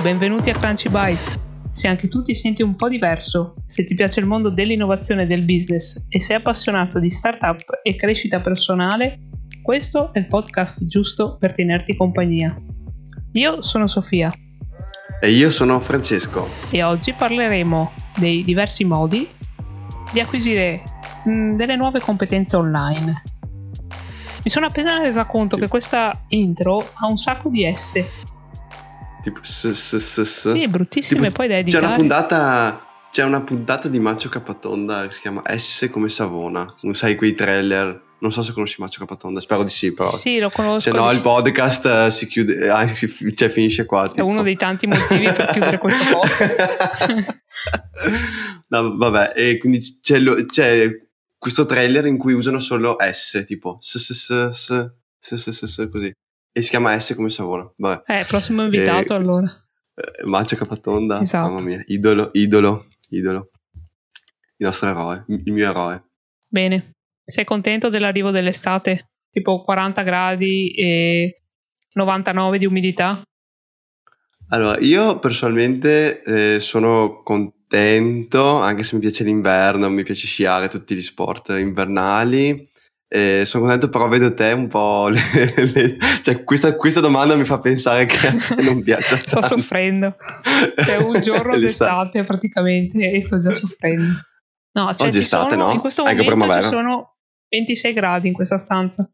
benvenuti a Crunchy Bites. Se anche tu ti senti un po' diverso, se ti piace il mondo dell'innovazione e del business e sei appassionato di startup e crescita personale, questo è il podcast giusto per tenerti compagnia. Io sono Sofia. E io sono Francesco. E oggi parleremo dei diversi modi di acquisire delle nuove competenze online. Mi sono appena resa conto che questa intro ha un sacco di S. Tipo Sì, è bruttissime, tipo, poi da editare. C'è una puntata di Maccio Capatonda che si chiama S come Savona. Non sai, quei trailer. Non so se conosci Maccio Capatonda, spero di sì, però. Sì, lo conosco. Se no il podcast si chiude, cioè finisce qua. È uno dei tanti motivi per chiudere questo podcast. No, vabbè, e quindi c'è questo trailer in cui usano solo S, tipo s così. E si chiama S come Savona. Vabbè. Prossimo invitato allora. Maccio Capatonda, esatto. Mamma mia, idolo. Il nostro eroe, il mio eroe. Bene, sei contento dell'arrivo dell'estate? Tipo 40 gradi e 99 di umidità? Allora, io personalmente sono contento, anche se mi piace l'inverno, mi piace sciare, tutti gli sport invernali. Sono contento, però vedo te un po'. Cioè, questa domanda mi fa pensare che non piaccia tanto. Sto soffrendo. C'è un giorno d'estate praticamente e sto già soffrendo. No, cioè oggi estate, no? In questo anche momento primavera. ci sono 26 gradi in questa stanza.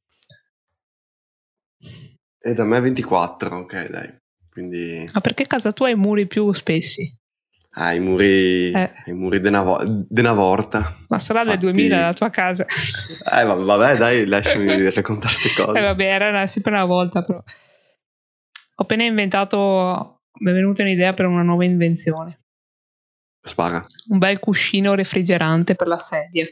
E da me 24, ok, dai. Quindi. Ma perché casa tua ha i muri più spessi? I muri di una volta. Ma sarà del 2000 la tua casa? Vabbè, dai, lasciami raccontare queste cose. Vabbè, era sempre una volta, però. Ho appena inventato, mi è venuta un'idea per una nuova invenzione. Spara. Un bel cuscino refrigerante per la sedia.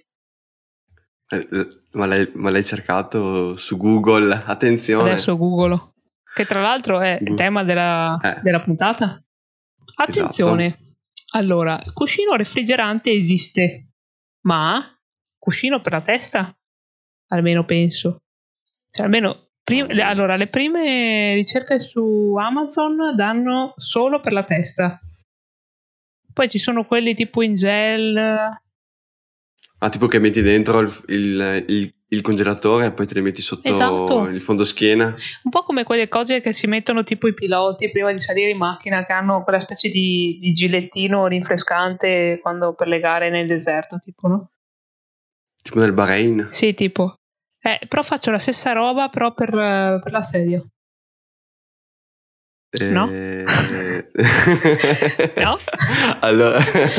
Ma l'hai cercato su Google? Attenzione. Adesso Google. Che tra l'altro è il tema della puntata. Attenzione. Esatto. Allora, il cuscino refrigerante esiste, ma cuscino per la testa? Almeno penso. Cioè, almeno allora, le prime ricerche su Amazon danno solo per la testa. Poi ci sono quelli tipo in gel. Tipo che metti dentro il congelatore e poi te li metti sotto. Esatto. Il fondoschiena. Un po' come quelle cose che si mettono tipo i piloti prima di salire in macchina, che hanno quella specie di gilettino rinfrescante quando per le gare nel deserto, tipo, no? Tipo nel Bahrain? Sì, tipo. Però faccio la stessa roba, però per la sedia. No? No? Allora,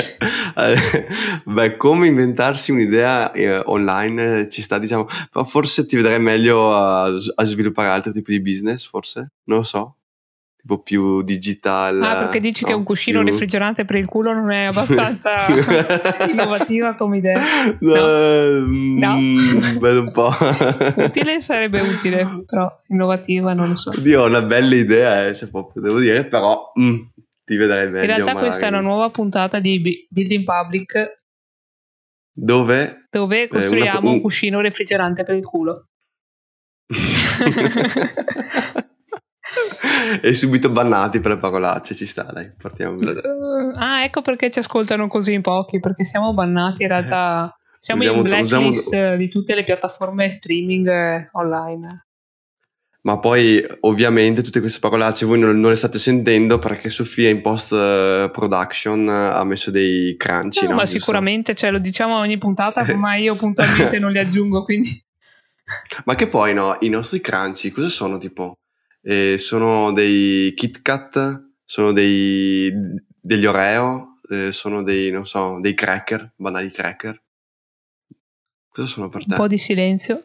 come inventarsi un'idea online ci sta, diciamo, però forse ti vedrei meglio a sviluppare altri tipi di business, forse, non lo so, tipo più digital. Perché dici che un cuscino refrigerante per il culo non è abbastanza innovativa come idea? No? Vedo un po'. Utile sarebbe utile, però innovativa non lo so. Oddio, una bella idea, se proprio devo dire, però ti vedrei meglio. In realtà magari. Questa è una nuova puntata di Building Public dove costruiamo un cuscino refrigerante per il culo. E subito bannati per le parolacce, ci sta, dai, partiamo. Ecco perché ci ascoltano così in pochi, perché siamo bannati in realtà. Siamo in blacklist di tutte le piattaforme streaming online. Ma poi ovviamente tutte queste parolacce voi non le state sentendo perché Sofia in post production ha messo dei crunchy, no? Ma sicuramente, cioè, lo diciamo ogni puntata, ma io puntualmente non li aggiungo, quindi. Ma che poi no, i nostri crunchy cosa sono tipo? Sono dei Kit Kat, sono degli Oreo, sono dei, non so, dei cracker, banali cracker. Cosa sono per te? Un po' di silenzio.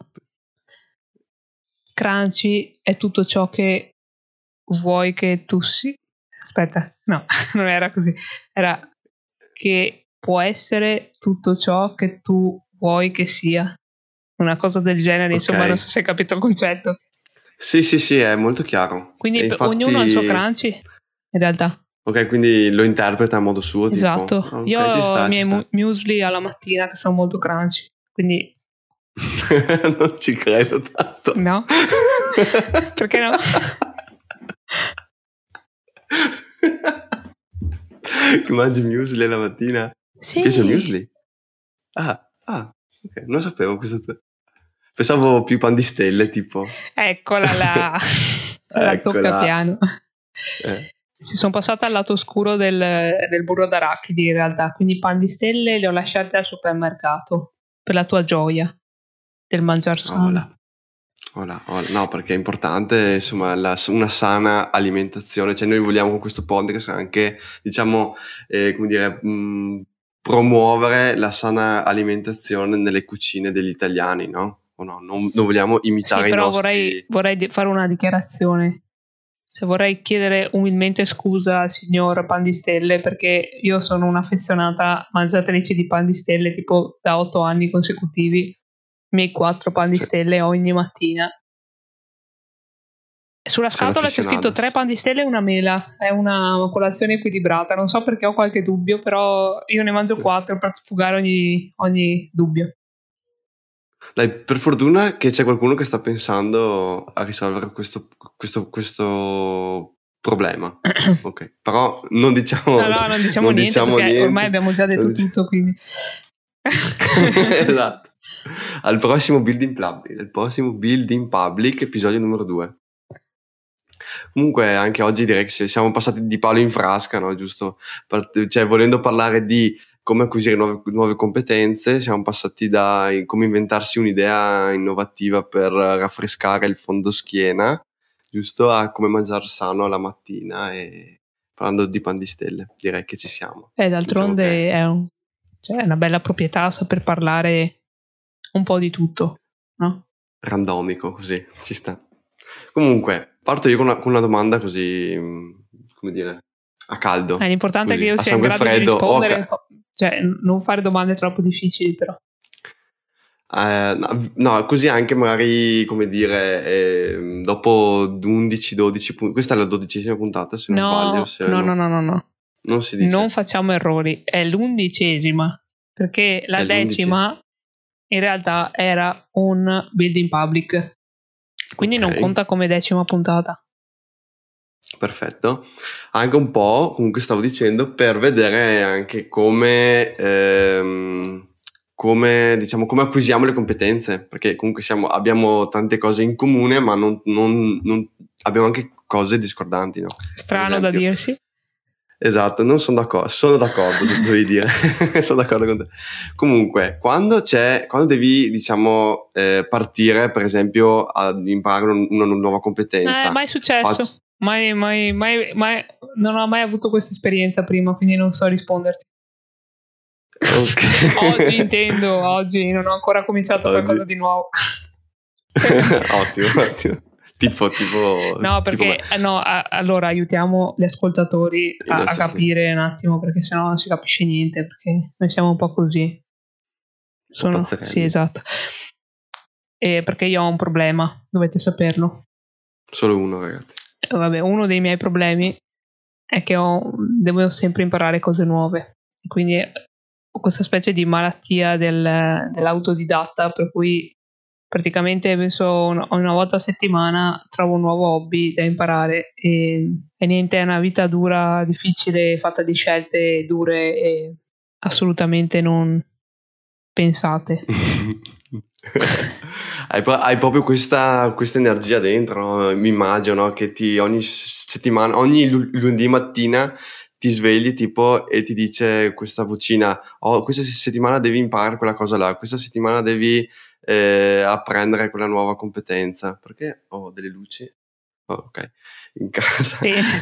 Crunchy è tutto ciò che vuoi che tu sia. Aspetta, no, non era così. Era che può essere tutto ciò che tu vuoi che sia. Una cosa del genere, insomma, non so se hai capito il concetto. Sì, è molto chiaro. Quindi infatti, ognuno ha il suo crunchy, in realtà. Ok, quindi lo interpreta a modo suo, esatto. Tipo. Io ho i miei muesli alla mattina che sono molto crunchy, quindi. Non ci credo tanto. No? Perché no? Che mangi muesli la mattina? Ti piace il Sì, muesli? Ok, non sapevo questo. Pensavo più pan di stelle, tipo. eccola là, la Eccola. toccapiano. Eh, Si son passata al lato oscuro del burro d'arachidi in realtà, quindi i pan di stelle li ho lasciati al supermercato, per la tua gioia del mangiar sano. Hola. Hola, hola. No, perché è importante, insomma, una sana alimentazione. Cioè, noi vogliamo con questo podcast anche, diciamo, come dire, promuovere la sana alimentazione nelle cucine degli italiani, no? O no? Non vogliamo Sì, imitare i però vorrei nostri. vorrei fare una dichiarazione. Cioè, vorrei chiedere umilmente scusa al signor Pan di Stelle perché io sono un'affezionata mangiatrice di pan di stelle tipo da 8 anni consecutivi, i miei 4 pan di Cioè, stelle ogni mattina. Sulla sei scatola c'è scritto 3 un'aficionadas. pan di stelle e una mela, è una colazione equilibrata, non so perché ho qualche dubbio, però io ne mangio 4 per fugare ogni dubbio. Dai, per fortuna che c'è qualcuno che sta pensando a risolvere questo problema. Ok, però non No, diciamo, no, non diciamo non niente diciamo perché ormai niente. abbiamo già Non detto dic- tutto, quindi Esatto. Al prossimo Build in Public, episodio numero 2. Comunque anche oggi direi che siamo passati di palo in frasca, no? Giusto? Cioè, volendo parlare di come acquisire nuove competenze, siamo passati da come inventarsi un'idea innovativa per raffrescare il fondoschiena, giusto? A come mangiare sano alla mattina e parlando di pan di stelle, direi che ci siamo. Diciamo che d'altronde cioè, è una bella proprietà saper parlare un po' di tutto, no? randomico, così, ci sta. Comunque, parto io con una domanda così, come dire, a caldo, L'importante è che così, io a sia in sangue grado di freddo rispondere, cioè non fare domande troppo difficili però. no, no, così anche magari, come dire, dopo 11-12 punti, questa è la 12ª puntata se non sbaglio, No, se no, no, no, no, no, no. non si Non dice, facciamo errori, è l'11ª, perché è la l'11, 10ª in realtà era un building public, quindi ok, non conta come 10ª puntata. perfetto. Anche un po', comunque stavo dicendo, per vedere anche come, diciamo, come acquisiamo le competenze, perché comunque abbiamo tante cose in comune, ma abbiamo anche cose discordanti, no? Ad Strano da esempio. dirsi. Esatto, non sono d'accordo, dovevi dire, sono d'accordo con te. Comunque, quando devi, diciamo, partire, per esempio, ad imparare una nuova competenza, Mai faccio. successo. Mai, non ho mai avuto questa esperienza prima, quindi non so risponderti. Ok. Oggi intendo, oggi non ho ancora cominciato qualcosa Oggi. di nuovo. Ottimo, ottimo. No, Tipo me, perché no, allora aiutiamo gli ascoltatori i a nostri ascoltatori. capire un attimo, perché sennò non si capisce niente, perché noi siamo un po' così. Un po' Sì, pazzerelli. esatto. Perché io ho un problema, dovete saperlo. Solo uno, ragazzi. Vabbè, uno dei miei problemi è che devo sempre imparare cose nuove. E quindi ho questa specie di malattia dell'autodidatta, per cui praticamente penso una volta a settimana trovo un nuovo hobby da imparare e niente, è una vita dura, difficile, fatta di scelte dure e assolutamente non pensate. Hai proprio questa energia dentro, no? Mi immagino, no? Che ogni settimana, ogni lunedì mattina ti svegli tipo e ti dice questa vocina: oh, questa settimana devi imparare quella cosa là, questa settimana devi apprendere quella nuova competenza. Perché ho delle luci? Oh, ok, in casa. Bene.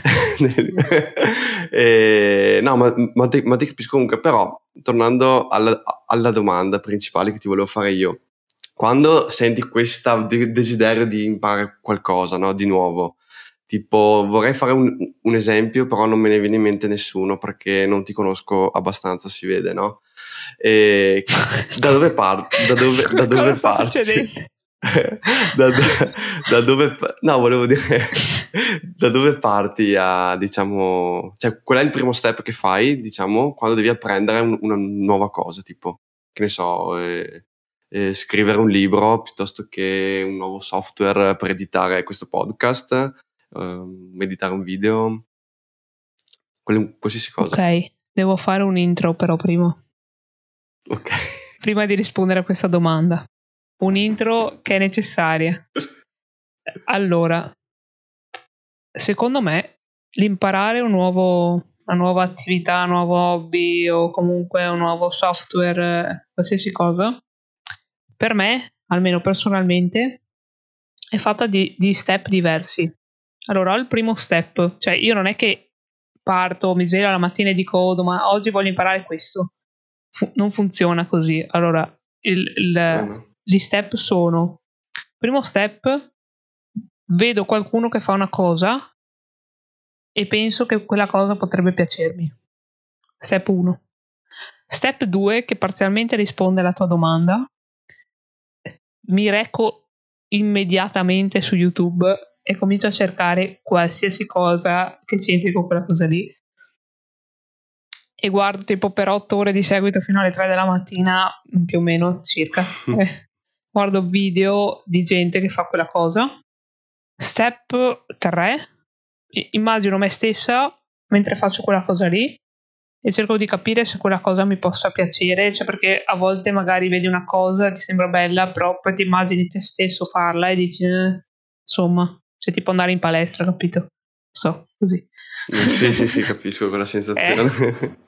No, ma ti capisco comunque, però tornando alla domanda principale che ti volevo fare io, quando senti questo desiderio di imparare qualcosa, no, di nuovo, tipo vorrei fare un esempio, però non me ne viene in mente nessuno perché non ti conosco abbastanza, si vede, no? Da dove da Cosa dove sta parti? succedendo? Da, da- da dove no, volevo dire da dove parti a, diciamo, cioè qual è il primo step che fai, diciamo, quando devi apprendere una nuova cosa, tipo, che ne so, scrivere un libro piuttosto che un nuovo software per editare questo podcast, editare un video. qualsiasi cosa. Ok, devo fare un intro però prima. Ok. Prima di rispondere a questa domanda. Un intro che è necessaria. Allora, secondo me, l'imparare una nuova attività, un nuovo hobby o comunque un nuovo software, qualsiasi cosa, per me, almeno personalmente, è fatta di step diversi. Allora, ho il primo step, cioè io non è che parto, mi sveglio la mattina e dico, ma oggi voglio imparare questo. Non funziona così. Allora, No. gli step sono: primo step, vedo qualcuno che fa una cosa e penso che quella cosa potrebbe piacermi. Step 1. Step 2, che parzialmente risponde alla tua domanda, mi reco immediatamente su YouTube e comincio a cercare qualsiasi cosa che c'entri con quella cosa lì e guardo tipo per 8 ore di seguito fino alle 3 della mattina, più o meno circa. Guardo video di gente che fa quella cosa. Step 3, immagino me stessa mentre faccio quella cosa lì e cerco di capire se quella cosa mi possa piacere, cioè perché a volte magari vedi una cosa, ti sembra bella, però poi ti immagini te stesso farla e dici, insomma, c'è tipo andare in palestra, capito? So, così. Sì, capisco quella sensazione.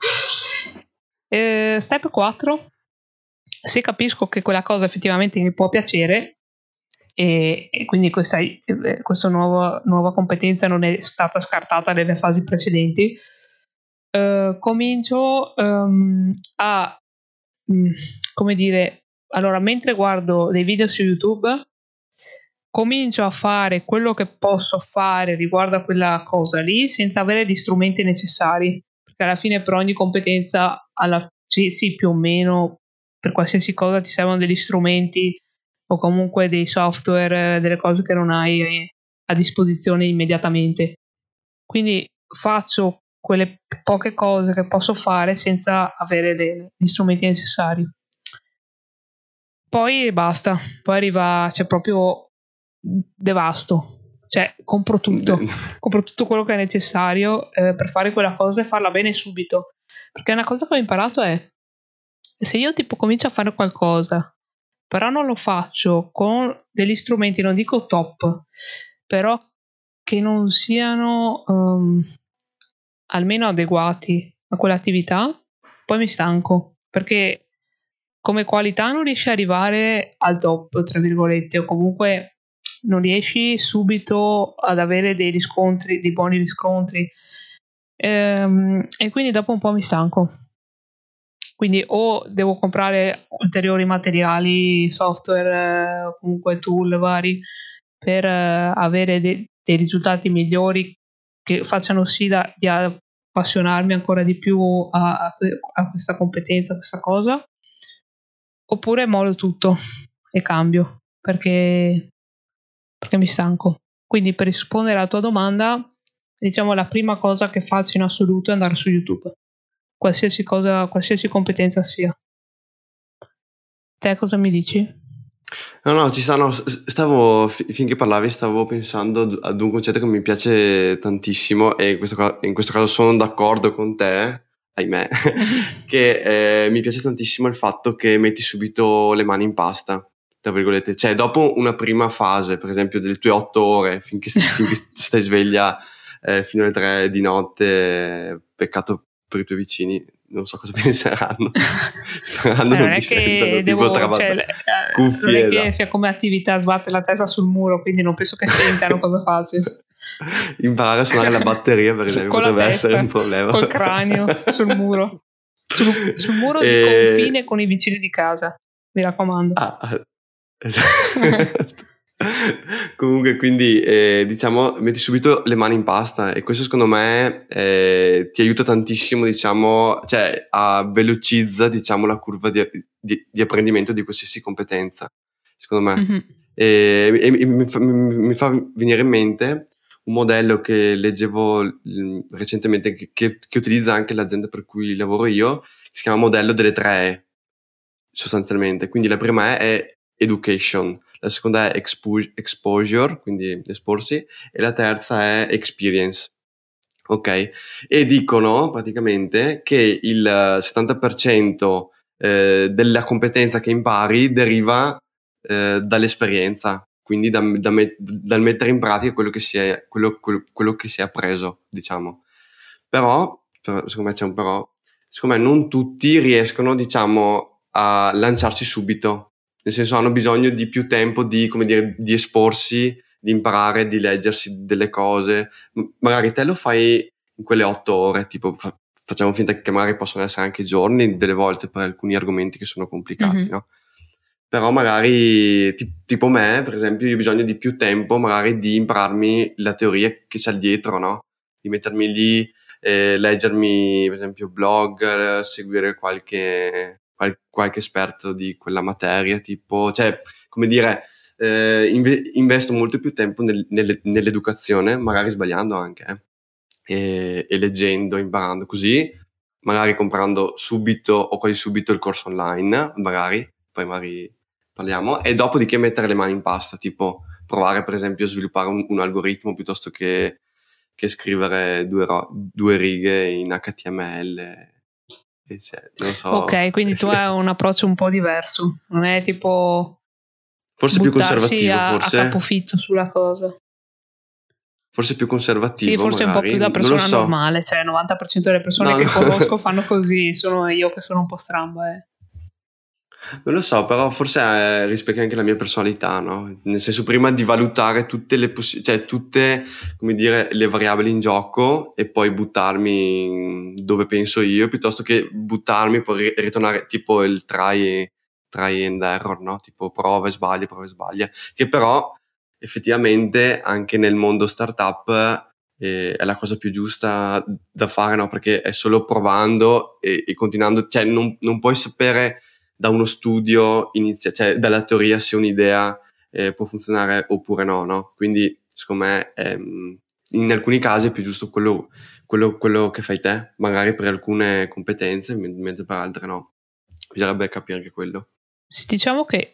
Step 4, se capisco che quella cosa effettivamente mi può piacere e quindi questa nuova competenza non è stata scartata nelle fasi precedenti, comincio a, come dire, allora mentre guardo dei video su YouTube comincio a fare quello che posso fare riguardo a quella cosa lì senza avere gli strumenti necessari, perché alla fine per ogni competenza sì, più o meno per qualsiasi cosa ti servono degli strumenti o comunque dei software, delle cose che non hai a disposizione immediatamente. Quindi faccio quelle poche cose che posso fare senza avere gli strumenti necessari. Poi basta, poi c'è proprio devasto, cioè compro tutto quello che è necessario per fare quella cosa e farla bene subito, perché una cosa che ho imparato è: se io tipo comincio a fare qualcosa però non lo faccio con degli strumenti, non dico top, però che non siano almeno adeguati a quell'attività, poi mi stanco, perché come qualità non riesci ad arrivare al top, tra virgolette, o comunque non riesci subito ad avere dei riscontri, dei buoni riscontri. E quindi dopo un po' mi stanco. Quindi o devo comprare ulteriori materiali, software, o comunque tool vari per avere dei risultati migliori che facciano sì di appassionarmi ancora di più a questa competenza, a questa cosa, oppure mollo tutto e cambio perché mi stanco. Quindi per rispondere alla tua domanda, diciamo la prima cosa che faccio in assoluto è andare su YouTube, qualsiasi cosa, qualsiasi competenza sia. Te cosa mi dici? No, ci stanno. Finché parlavi stavo pensando ad un concetto che mi piace tantissimo e in questo caso sono d'accordo con te, ahimè, che mi piace tantissimo il fatto che metti subito le mani in pasta, tra virgolette. Cioè, dopo una prima fase, per esempio, delle tue 8 ore, finché stai sveglia fino alle 3 di notte, peccato per i tuoi vicini, non so cosa penseranno. Sperando non non è ti sentano che tipo non è cuffie che sia come attività sbattere la testa sul muro, quindi non penso che sentano cosa faccio. Imparare a suonare la batteria, per esempio, Con la potrebbe essere un testa, problema. col cranio, sul muro. Sul muro di E... confine con i vicini di casa, mi raccomando. Esatto. Comunque, quindi diciamo, metti subito le mani in pasta e questo secondo me ti aiuta tantissimo, diciamo, cioè velocizza, diciamo, la curva di apprendimento di qualsiasi competenza, secondo me. Mm-hmm. E mi fa venire in mente un modello che leggevo recentemente che utilizza anche l'azienda per cui lavoro io, che si chiama modello delle 3E, sostanzialmente. Quindi la prima è education, la seconda è exposure, quindi esporsi, e la terza è experience. ok? E dicono praticamente che il 70% della competenza che impari deriva dall'esperienza, quindi dal mettere in pratica quello che quello che si è appreso, diciamo. Però, secondo me c'è un però, secondo me non tutti riescono, diciamo, a lanciarsi subito, nel senso hanno bisogno di più tempo di, come dire, di esporsi, di imparare, di leggersi delle cose. Magari te lo fai in quelle 8 ore, tipo facciamo finta che magari possono essere anche giorni, delle volte per alcuni argomenti che sono complicati, no? Però magari, tipo me, per esempio, io ho bisogno di più tempo, magari di impararmi la teoria che c'è dietro, no? Di mettermi lì, leggermi, per esempio, blog, seguire qualche esperto di quella materia, tipo, cioè, come dire, investo molto più tempo nell'educazione, magari sbagliando anche, e leggendo, imparando così, magari comprando subito o quasi subito il corso online, poi magari parliamo, e dopodiché mettere le mani in pasta, tipo provare per esempio a sviluppare un algoritmo piuttosto che scrivere due righe in HTML, non lo so. Ok, quindi tu hai un approccio un po' diverso, non è tipo Forse più buttarsi conservativo, a forse. capofitto sulla cosa. Forse più Sì, conservativo, forse un po' magari. più da Non lo persona so. normale, cioè il 90% delle persone No, che no. conosco fanno così, sono io che sono un po' stramba. Non lo so, però forse rispecchia anche la mia personalità, no? Nel senso, prima di valutare tutte cioè tutte, come dire, le variabili in gioco e poi buttarmi dove penso io, piuttosto che buttarmi e poi ritornare tipo il try and error, no? Tipo prova e sbaglia, che però effettivamente anche nel mondo startup è la cosa più giusta da fare, no? Perché è solo provando e continuando, cioè non puoi sapere da uno studio cioè dalla teoria se un'idea può funzionare oppure no, no? Quindi secondo me in alcuni casi è più giusto quello che fai te, magari per alcune competenze, mentre per altre no. Bisognerebbe capire anche quello. Sì, diciamo che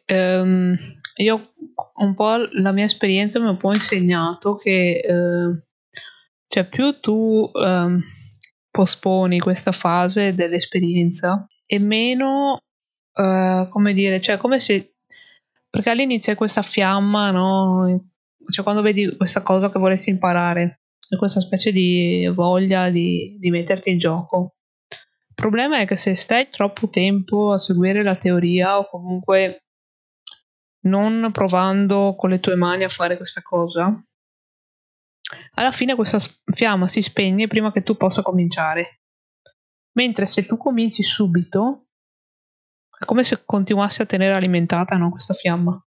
io un po' la mia esperienza mi ha un po' insegnato che cioè più tu posponi questa fase dell'esperienza e meno come dire, cioè come se perché all'inizio hai questa fiamma, no? Cioè quando vedi questa cosa che vorresti imparare e questa specie di voglia di metterti in gioco. Il problema è che se stai troppo tempo a seguire la teoria o comunque non provando con le tue mani a fare questa cosa, alla fine questa fiamma si spegne prima che tu possa cominciare. Mentre se tu cominci subito, è come se continuassi a tenere alimentata, no, questa fiamma.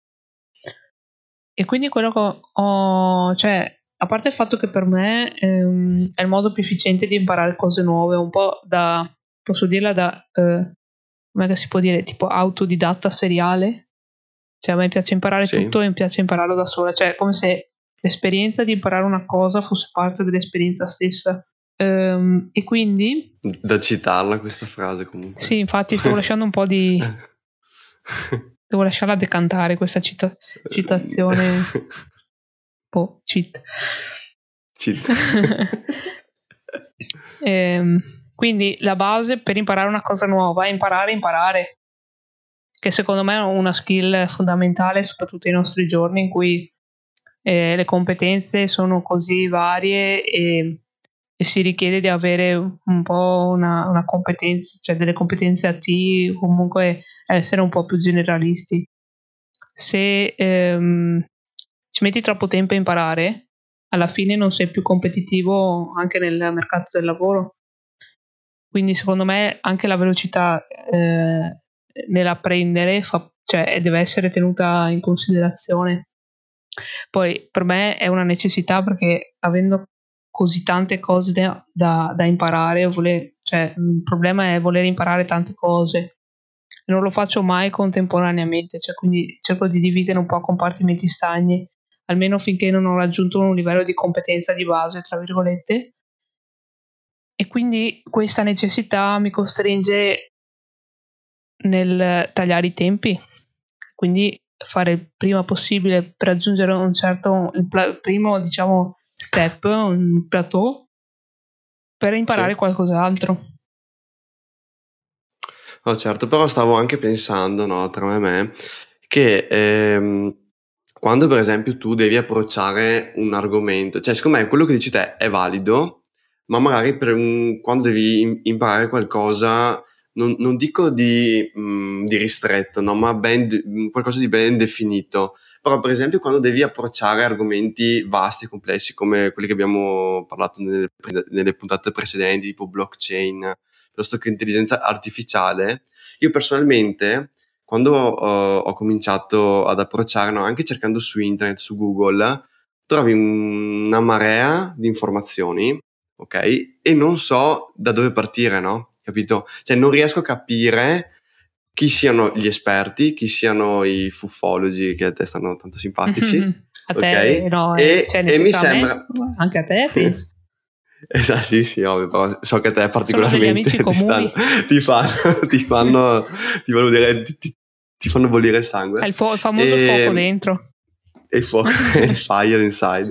E quindi quello che cioè, a parte il fatto che per me è il modo più efficiente di imparare cose nuove, un po' da, posso dirla da, come si può dire, tipo autodidatta seriale. Cioè a me piace imparare Sì. tutto e mi piace impararlo da sola, cioè è come se l'esperienza di imparare una cosa fosse parte dell'esperienza stessa. E quindi Da citarla questa frase comunque. sì, infatti stavo lasciando un po' di devo lasciarla decantare questa citazione cheat. Quindi la base per imparare una cosa nuova è imparare, che secondo me è una skill fondamentale soprattutto ai nostri giorni in cui le competenze sono così varie e si richiede di avere un po' una competenza, cioè delle competenze a T, comunque essere un po' più generalisti. Se ci metti troppo tempo a imparare, alla fine non sei più competitivo anche nel mercato del lavoro. Quindi secondo me anche la velocità nell'apprendere cioè, deve essere tenuta in considerazione. Poi per me è una necessità perché avendo così tante cose da imparare, cioè, il problema è voler imparare tante cose. Non lo faccio mai contemporaneamente, cioè, quindi cerco di dividere un po' a compartimenti stagni, almeno finché non ho raggiunto un livello di competenza di base, tra virgolette. E quindi questa necessità mi costringe nel tagliare i tempi, quindi fare il prima possibile per raggiungere un certo, il primo diciamo step, un plateau, per imparare Sì. qualcos'altro. No, certo, però stavo anche pensando, no, tra me e me, che quando per esempio tu devi approcciare un argomento, cioè secondo me quello che dici te è valido, ma magari quando devi imparare qualcosa, non dico di ristretto, no, ma qualcosa di ben definito. Però per esempio quando devi approcciare argomenti vasti e complessi come quelli che abbiamo parlato nelle puntate precedenti, tipo blockchain, piuttosto che intelligenza artificiale, io personalmente, quando ho cominciato ad approcciare, no, anche cercando su internet, su Google, trovi una marea di informazioni, ok? E non so da dove partire, no? Capito? Cioè non riesco a capire chi siano gli esperti, chi siano i fuffologi che a te stanno tanto simpatici, A ok? te no, cioè E mi necessariamente, sembra... anche a te penso. Esatto, sì, sì, ovvio, però so che a te Sono degli particolarmente amici comuni. ti fanno, ti fanno, ti fanno dire, ti fanno bollire il È sangue. il famoso fuoco E, dentro. e il fuoco, il fire inside.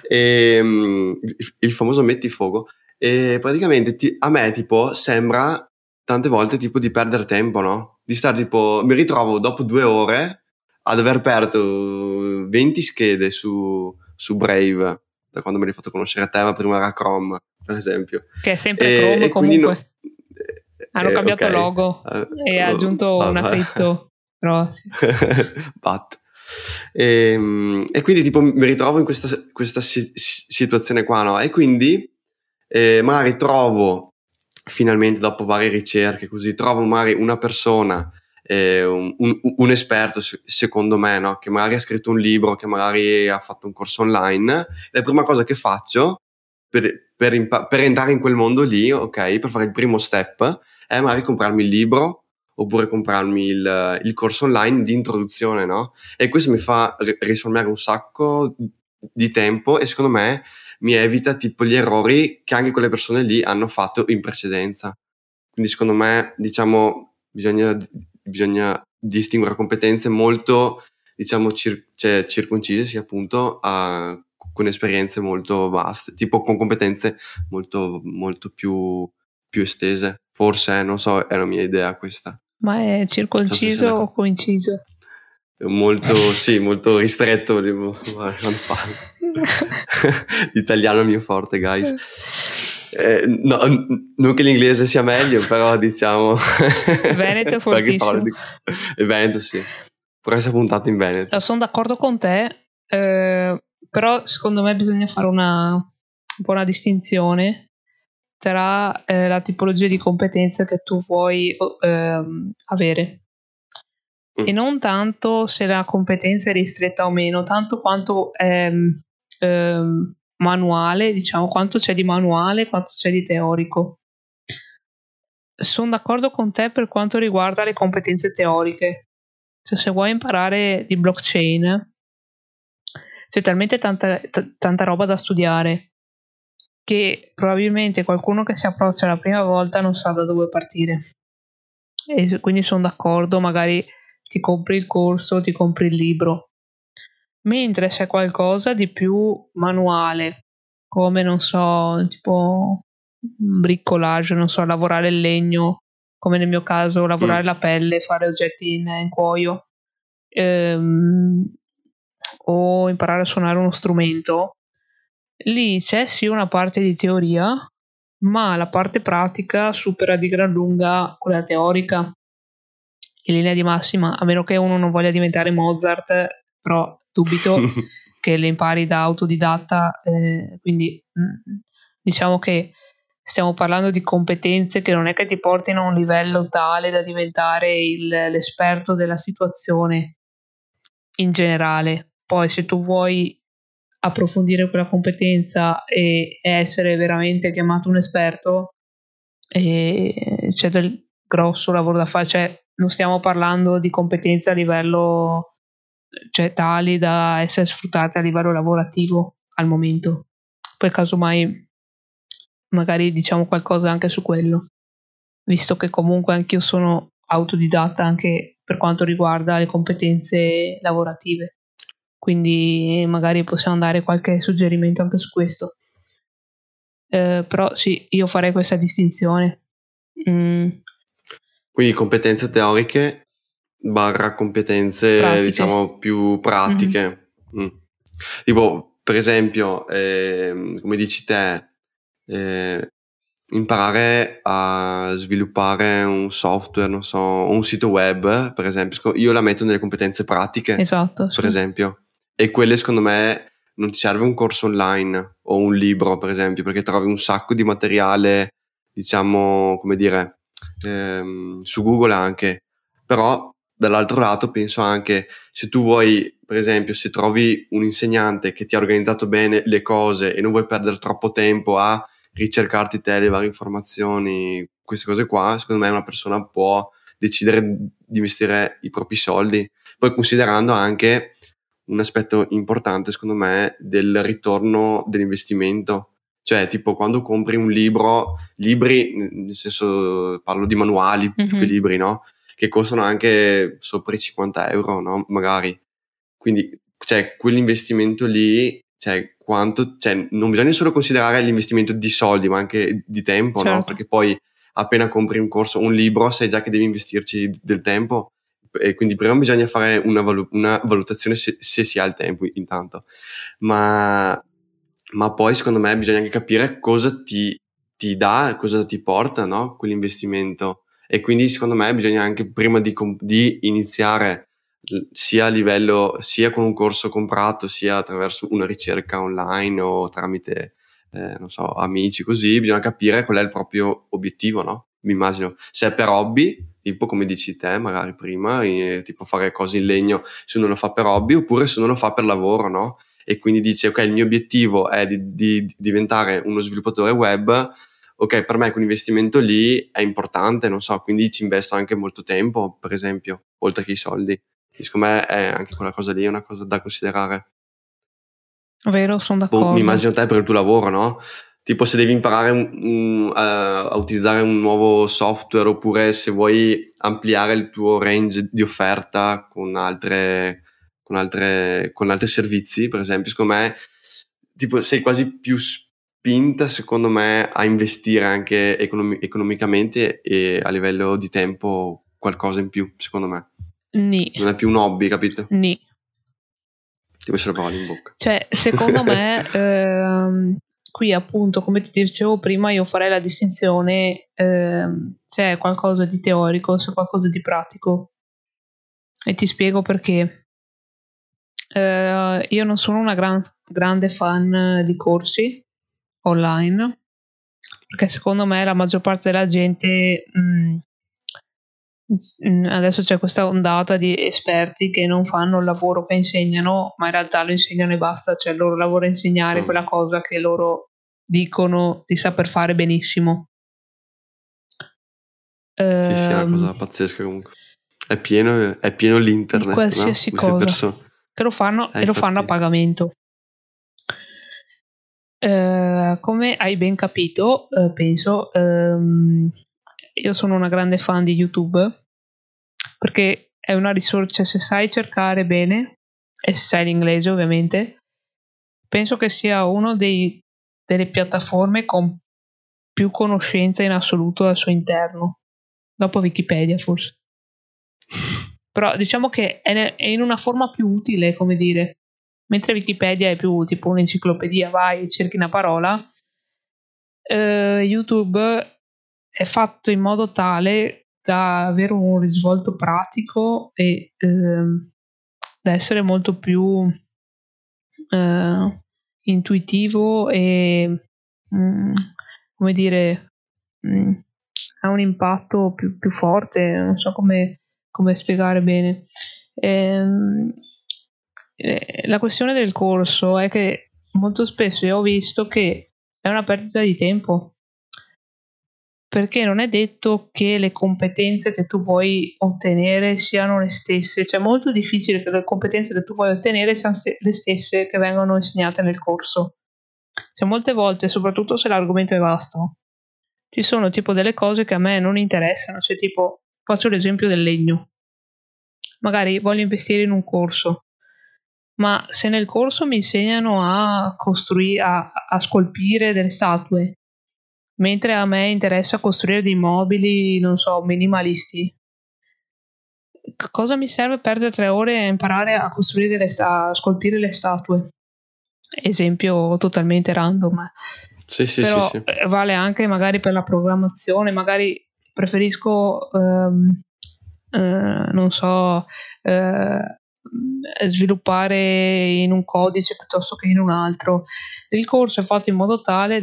Il famoso metti fuoco. E praticamente a me tipo sembra tante volte tipo di perdere tempo, no? Di stare tipo, mi ritrovo dopo 2 ore ad aver aperto 20 schede su Brave, da quando me l'hai fatto conoscere a te, ma prima era Chrome, per esempio. Che è sempre Chrome E quindi comunque. Hanno cambiato ok. logo e ha aggiunto una cripto. Però sì. Bat. E quindi tipo mi ritrovo in questa situazione qua, no? E quindi magari trovo finalmente dopo varie ricerche così, trovo magari una persona, un esperto secondo me, no? Che magari ha scritto un libro, che magari ha fatto un corso online. La prima cosa che faccio per entrare in quel mondo lì, ok, per fare il primo step, è magari comprarmi il libro oppure comprarmi il corso online di introduzione, no? E questo mi fa risparmiare un sacco di tempo e secondo me mi evita tipo gli errori che anche quelle persone lì hanno fatto in precedenza. Quindi secondo me, diciamo, bisogna distinguere competenze molto, diciamo, cioè, circoncise, sì, appunto, con esperienze molto vaste, tipo con competenze molto, molto più estese. Forse, non so, è la mia idea questa. Ma è Non so se sei circonciso o d'accordo. coinciso? Molto, sì, molto ristretto quando parlo. L'italiano è il mio forte, guys. No, non che l'inglese sia meglio, però diciamo Veneto è qualche parola fortissimo. il Veneto sì. Può essere puntato in Veneto. Sono d'accordo con te, però secondo me bisogna fare un po' una distinzione tra la tipologia di competenze che tu vuoi avere. E non tanto se la competenza è ristretta o meno, tanto quanto è manuale, diciamo, quanto c'è di manuale, quanto c'è di teorico. Sono d'accordo con te per quanto riguarda le competenze teoriche. Cioè, se vuoi imparare di blockchain, c'è talmente tanta roba da studiare che probabilmente qualcuno che si approccia la prima volta non sa da dove partire. E quindi sono d'accordo, magari ti compri il corso, ti compri il libro. Mentre c'è qualcosa di più manuale, come non so, tipo bricolage, non so, lavorare il legno, come nel mio caso lavorare la pelle, fare oggetti in cuoio, o imparare a suonare uno strumento, lì c'è sì una parte di teoria, ma la parte pratica supera di gran lunga quella teorica in linea di massima, a meno che uno non voglia diventare Mozart, però dubito che le impari da autodidatta, quindi diciamo che stiamo parlando di competenze che non è che ti portino a un livello tale da diventare l'esperto della situazione in generale. Poi se tu vuoi approfondire quella competenza e essere veramente chiamato un esperto, c'è del grosso lavoro da fare, cioè non stiamo parlando di competenze a livello, cioè tali da essere sfruttate a livello lavorativo al momento. Poi casomai magari diciamo qualcosa anche su quello, visto che comunque anch'io sono autodidatta anche per quanto riguarda le competenze lavorative. Quindi magari possiamo dare qualche suggerimento anche su questo. Però sì, io farei questa distinzione. Quindi competenze teoriche / competenze, Pratiche. diciamo, più pratiche. Tipo, per esempio, come dici te, imparare a sviluppare un software, non so, un sito web, per esempio. Io la metto nelle competenze pratiche, Esatto, per sì. esempio. E quelle, secondo me, non ti serve un corso online o un libro, per esempio, perché trovi un sacco di materiale, diciamo, come dire, su Google anche. Però, dall'altro lato, penso anche, se tu vuoi, per esempio, se trovi un insegnante che ti ha organizzato bene le cose e non vuoi perdere troppo tempo a ricercarti te le varie informazioni, queste cose qua, secondo me una persona può decidere di investire i propri soldi. Poi considerando anche un aspetto importante, secondo me, del ritorno dell'investimento. Cioè, tipo, quando compri un libro, libri, nel senso, parlo di manuali più che libri, no? Che costano anche sopra i 50 euro, no? Magari. Quindi, cioè, quell'investimento lì, cioè, non bisogna solo considerare l'investimento di soldi, ma anche di tempo, no? Certo. Perché poi appena compri un corso, un libro, sai già che devi investirci del tempo. E quindi prima bisogna fare una valutazione se si ha il tempo intanto. Ma poi secondo me bisogna anche capire cosa ti dà, cosa ti porta, no? Quell'investimento. E quindi secondo me bisogna anche prima di iniziare sia a livello, sia con un corso comprato, sia attraverso una ricerca online o tramite, non so, amici, così, bisogna capire qual è il proprio obiettivo, no? Mi immagino, se è per hobby, tipo come dici te, magari prima, tipo fare cose in legno, se uno lo fa per hobby, oppure se uno lo fa per lavoro, no? E quindi dice, ok, il mio obiettivo è di diventare uno sviluppatore web, ok, per me quell'investimento lì è importante, non so, quindi ci investo anche molto tempo, per esempio, oltre che i soldi. E secondo me è anche quella cosa lì, è una cosa da considerare. Vero, sono Mi d'accordo. immagino te per il tuo lavoro, no? Tipo se devi imparare a utilizzare un nuovo software, oppure se vuoi ampliare il tuo range di offerta con altri servizi, per esempio, secondo me tipo sei quasi più spinta, secondo me, a investire anche economicamente e a livello di tempo qualcosa in più, secondo me. Non è più un hobby, capito? Ni. Ti vuoi le parole in bocca. Cioè, secondo me, qui appunto, come ti dicevo prima, io farei la distinzione se è qualcosa di teorico, se è qualcosa di pratico. E ti spiego perché. Io non sono una grande fan di corsi online, perché secondo me la maggior parte della gente adesso c'è questa ondata di esperti che non fanno il lavoro che insegnano, ma in realtà lo insegnano e basta, cioè il loro lavoro è insegnare quella cosa che loro dicono di saper fare benissimo. Sì, è una cosa pazzesca comunque. È pieno l'internet, di qualsiasi no? Queste cosa persone. che lo fanno e lo fanno a Infatti. pagamento. Come hai ben capito, penso, io sono una grande fan di YouTube perché è una risorsa, se sai cercare bene e se sai l'inglese ovviamente, penso che sia uno delle piattaforme con più conoscenza in assoluto al suo interno, dopo Wikipedia forse. Però diciamo che è in una forma più utile, come dire, mentre Wikipedia è più tipo un'enciclopedia, vai, cerchi una parola, YouTube è fatto in modo tale da avere un risvolto pratico e da essere molto più intuitivo e come dire, ha un impatto più forte, non so come spiegare bene. La questione del corso è che molto spesso io ho visto che è una perdita di tempo, perché non è detto che le competenze che tu vuoi ottenere siano le stesse, cioè è molto difficile che le competenze che tu vuoi ottenere siano le stesse che vengono insegnate nel corso. Cioè molte volte, soprattutto se l'argomento è vasto, ci sono tipo delle cose che a me non interessano, cioè tipo, faccio l'esempio del legno. Magari voglio investire in un corso, ma se nel corso mi insegnano a costruire, a scolpire delle statue, mentre a me interessa costruire dei mobili, non so, minimalisti. Cosa mi serve perdere 3 ore a imparare a costruire a scolpire le statue? Esempio totalmente random. Sì, sì, sì, Però sì. vale anche magari per la programmazione, magari preferisco, non so, sviluppare in un codice piuttosto che in un altro. Il corso è fatto in modo tale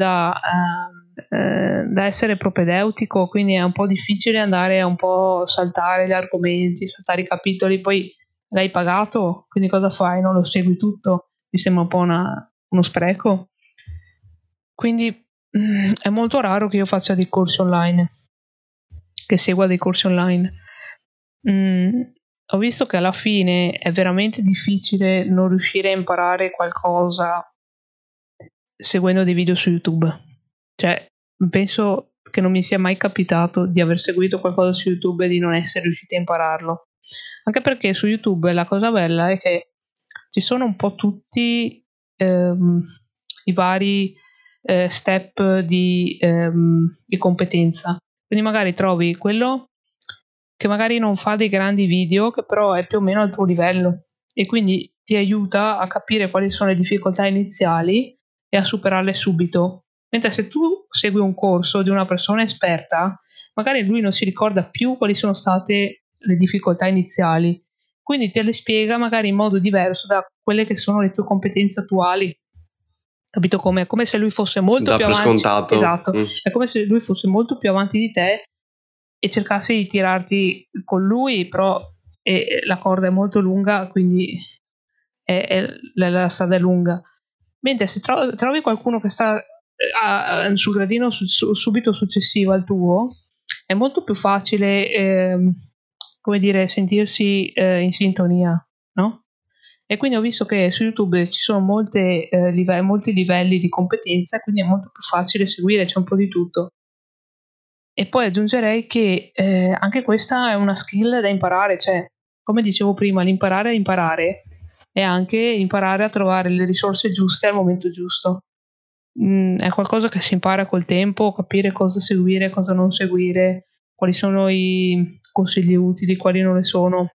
da essere propedeutico, quindi è un po' difficile andare a un po' saltare gli argomenti, saltare i capitoli, poi l'hai pagato, quindi cosa fai? Non lo segui tutto? Mi sembra un po' uno spreco. Quindi è molto raro che io faccia dei corsi online, che segua dei corsi online. Ho visto che alla fine è veramente difficile non riuscire a imparare qualcosa seguendo dei video su YouTube. Cioè, penso che non mi sia mai capitato di aver seguito qualcosa su YouTube e di non essere riusciti a impararlo. Anche perché su YouTube la cosa bella è che ci sono un po' tutti i vari step di competenza. Quindi magari trovi quello che magari non fa dei grandi video, che però è più o meno al tuo livello e quindi ti aiuta a capire quali sono le difficoltà iniziali e a superarle subito. Mentre se tu segui un corso di una persona esperta, magari lui non si ricorda più quali sono state le difficoltà iniziali, quindi te le spiega magari in modo diverso da quelle che sono le tue competenze attuali. Capito come? È come se lui fosse molto Da più per avanti. scontato. Esatto, è come se lui fosse molto più avanti di te e cercassi di tirarti con lui, però la corda è molto lunga, quindi la strada è lunga. Mentre se trovi qualcuno che sta sul gradino subito successivo al tuo, è molto più facile, come dire, sentirsi in sintonia, no? E quindi ho visto che su YouTube ci sono molti livelli di competenza, quindi è molto più facile seguire, c'è un po' di tutto. E poi aggiungerei che anche questa è una skill da imparare, cioè, come dicevo prima, l'imparare a imparare è anche imparare a trovare le risorse giuste al momento giusto. È qualcosa che si impara col tempo, capire cosa seguire, cosa non seguire, quali sono i consigli utili, quali non le sono.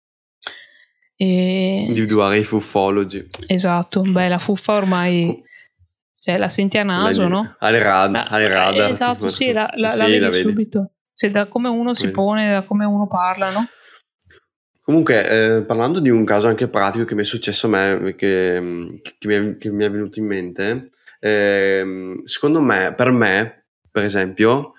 E Individuare i fuffologi. esatto, beh, la fuffa ormai, Co- cioè, la senti a naso, no? Alle radar, Esatto, tipo. sì, la Sì, la vedi vedi. subito. Se da come uno si Vedi. pone, da come uno parla, no? Comunque, parlando di un caso anche pratico che mi è successo a me, che mi è venuto in mente, secondo me, per esempio,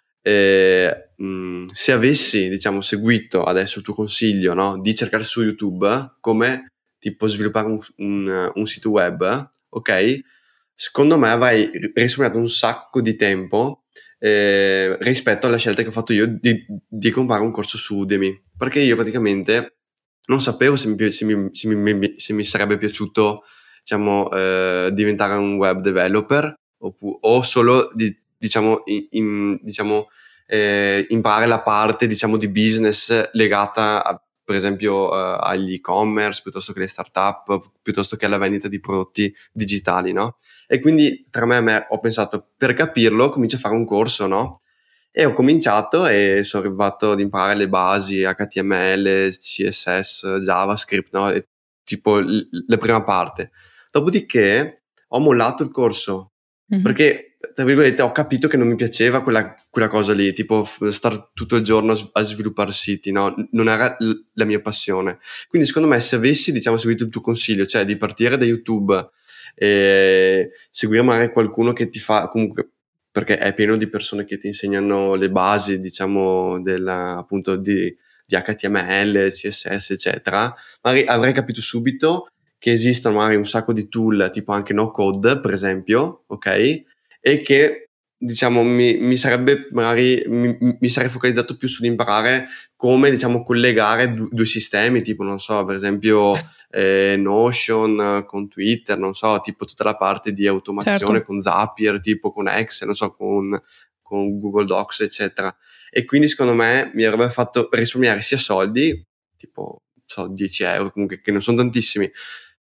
se avessi, diciamo, seguito adesso il tuo consiglio, no, di cercare su YouTube come tipo sviluppare un sito web, ok? Secondo me avrei risparmiato un sacco di tempo rispetto alla scelta che ho fatto io di comprare un corso su Udemy, perché io praticamente non sapevo se mi sarebbe piaciuto, diciamo, diventare un web developer o solo diciamo, diciamo imparare la parte, diciamo, di business legata per esempio agli e-commerce, piuttosto che alle startup, piuttosto che alla vendita di prodotti digitali, no? E quindi tra me e me ho pensato, per capirlo comincio a fare un corso, no? E ho cominciato e sono arrivato ad imparare le basi HTML, CSS, JavaScript, no? E tipo la prima parte. Dopodiché ho mollato il corso Mhm. perché, tra virgolette, ho capito che non mi piaceva quella cosa lì, tipo stare tutto il giorno a sviluppare siti, no? Non era la mia passione. Quindi secondo me se avessi, diciamo, seguito il tuo consiglio, cioè di partire da YouTube e seguire magari qualcuno che ti fa comunque, perché è pieno di persone che ti insegnano le basi, diciamo, appunto di HTML, CSS, eccetera, magari avrei capito subito che esistono magari un sacco di tool, tipo anche no code, per esempio, ok? E che, diciamo, mi sarebbe magari, mi sarei focalizzato più sull'imparare come, diciamo, collegare due sistemi, tipo, non so, per esempio Notion con Twitter, non so, tipo tutta la parte di automazione Certo. con Zapier, tipo con Excel, non so, con Google Docs, eccetera. E quindi secondo me mi avrebbe fatto risparmiare sia soldi, tipo, non so, 10 euro, comunque, che non sono tantissimi,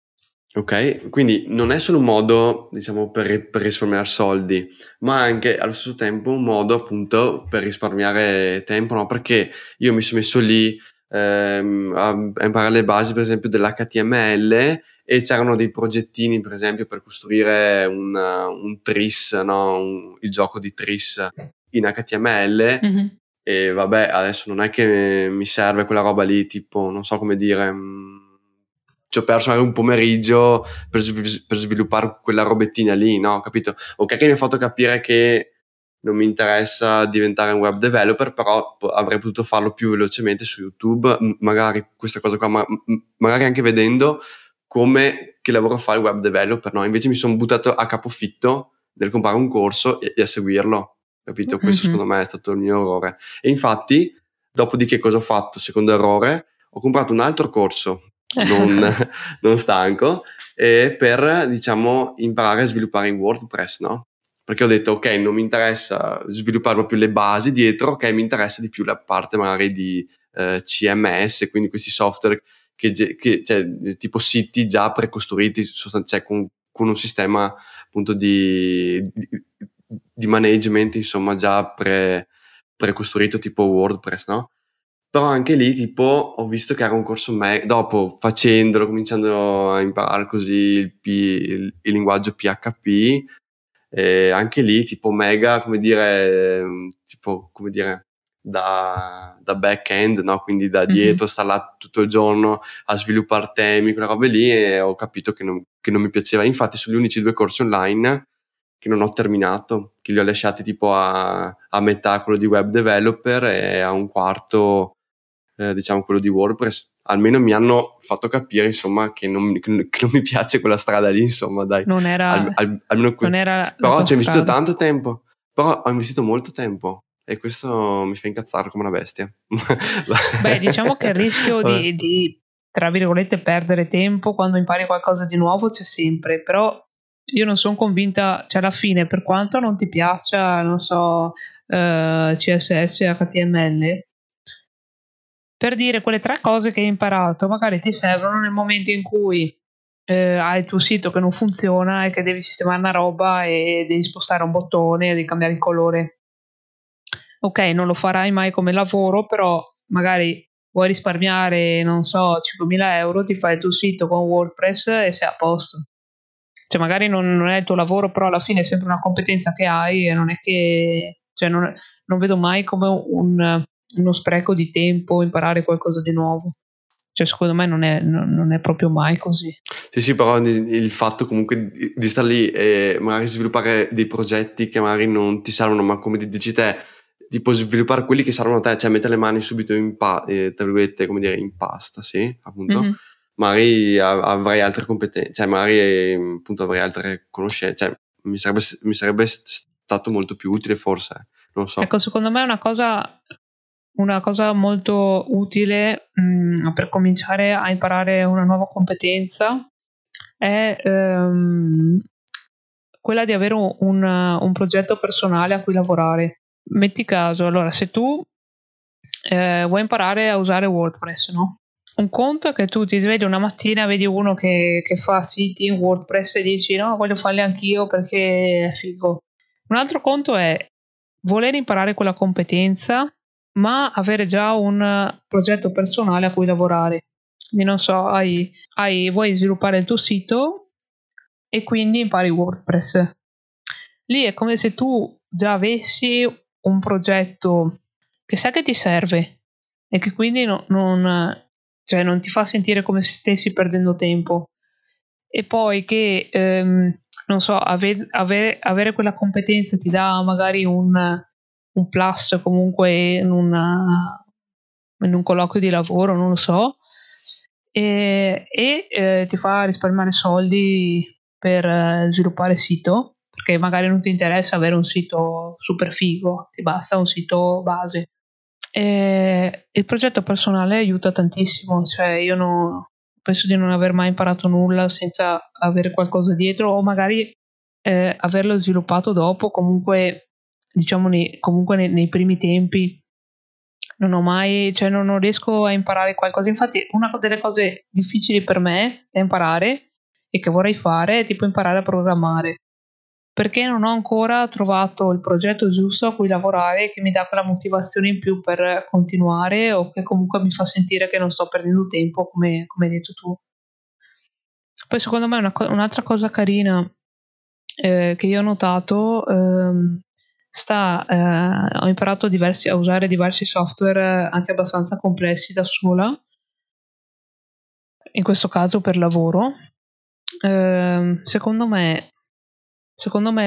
Ok, quindi non è solo un modo, diciamo, per risparmiare soldi, ma anche allo stesso tempo un modo appunto per risparmiare tempo, no? Perché io mi sono messo lì a imparare le basi, per esempio, dell'HTML e c'erano dei progettini, per esempio, per costruire un Tris, no? Il gioco di Tris in HTML. Mm-hmm. E vabbè, adesso non è che mi serve quella roba lì, tipo, non so come dire, ci ho perso anche un pomeriggio per sviluppare quella robettina lì, no? Capito? Ok che mi ha fatto capire che non mi interessa diventare un web developer, però avrei potuto farlo più velocemente su YouTube, magari questa cosa qua, magari anche vedendo come che lavoro fa il web developer, no? Invece mi sono buttato a capofitto nel comprare un corso e a seguirlo, capito? Questo Mm-hmm. secondo me è stato il mio errore. E infatti, dopodiché cosa ho fatto? Secondo errore, ho comprato un altro corso, non, non stanco, per, diciamo, imparare a sviluppare in WordPress, no? Perché ho detto, ok, non mi interessa sviluppare proprio le basi dietro, ok, mi interessa di più la parte magari di CMS, quindi questi software che cioè, tipo siti già precostruiti, cioè con un sistema appunto di management, insomma, già precostruito tipo WordPress, no? Però anche lì, tipo, ho visto che era un corso dopo facendolo, cominciando a imparare così il linguaggio PHP, anche lì, tipo, mega, come dire, tipo, come dire, da back-end, no? Quindi da Mm-hmm. dietro, sta là tutto il giorno a sviluppare temi, quelle robe lì, e ho capito che non mi piaceva. Infatti, sono gli unici 2 corsi online che non ho terminato, che li ho lasciati tipo a metà quello di web developer e a un quarto diciamo quello di WordPress. Almeno mi hanno fatto capire, insomma, che non mi piace quella strada lì, insomma, dai. Non era, Almeno non era la però tua ci ho investito strada. tanto tempo, però ho investito molto tempo e questo mi fa incazzare come una bestia. Beh, diciamo che il rischio Vabbè. tra virgolette, perdere tempo quando impari qualcosa di nuovo c'è sempre, però io non sono convinta, cioè alla fine, per quanto non ti piaccia, non so, CSS, HTML, per dire quelle 3 cose che hai imparato, magari ti servono nel momento in cui hai il tuo sito che non funziona e che devi sistemare una roba e devi spostare un bottone, devi cambiare il colore. Ok, non lo farai mai come lavoro, però magari vuoi risparmiare, non so, 5.000 euro, ti fai il tuo sito con WordPress e sei a posto. Cioè, magari non è il tuo lavoro, però alla fine è sempre una competenza che hai e non è che... Cioè, non vedo mai come uno spreco di tempo imparare qualcosa di nuovo. Cioè, secondo me non è proprio mai così. Sì, sì, però il fatto comunque di star lì e magari sviluppare dei progetti che magari non ti servono, ma come dici te, tipo sviluppare quelli che servono a te, cioè mettere le mani subito tra virgolette, come dire, in pasta, sì, appunto, Mhm. magari avrei altre competenze, cioè magari appunto avrei altre conoscenze, cioè mi sarebbe stato molto più utile forse, non so. Ecco, secondo me è una cosa molto utile per cominciare a imparare una nuova competenza è quella di avere un progetto personale a cui lavorare. Metti caso, allora, se tu vuoi imparare a usare WordPress, no? Un conto è che tu ti svegli una mattina, vedi uno che fa siti in WordPress e dici no, voglio farli anch'io perché è figo. Un altro conto è voler imparare quella competenza, ma avere già un progetto personale a cui lavorare. Quindi non so, vuoi sviluppare il tuo sito e quindi impari WordPress. Lì è come se tu già avessi un progetto che sai che ti serve e che quindi cioè non ti fa sentire come se stessi perdendo tempo. E poi che, non so, avere quella competenza ti dà magari un plus comunque in un colloquio di lavoro, non lo so, ti fa risparmiare soldi per sviluppare sito, perché magari non ti interessa avere un sito super figo, ti basta un sito base. Il progetto personale aiuta tantissimo, cioè io penso di non aver mai imparato nulla senza avere qualcosa dietro o magari averlo sviluppato dopo, comunque diciamo comunque nei primi tempi non ho mai, cioè non riesco a imparare qualcosa. Infatti, una delle cose difficili per me da imparare e che vorrei fare è tipo imparare a programmare, perché non ho ancora trovato il progetto giusto a cui lavorare che mi dà quella motivazione in più per continuare, o che comunque mi fa sentire che non sto perdendo tempo, come hai detto tu. Poi secondo me un'altra cosa carina che io ho notato, ho imparato a usare diversi software anche abbastanza complessi da sola, in questo caso per lavoro. Secondo me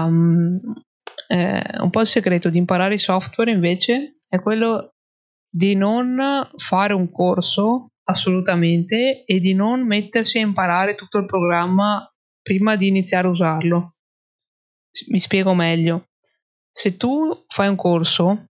un po' il segreto di imparare i software invece è quello di non fare un corso assolutamente, e di non mettersi a imparare tutto il programma prima di iniziare a usarlo. Mi spiego meglio. Se tu fai un corso,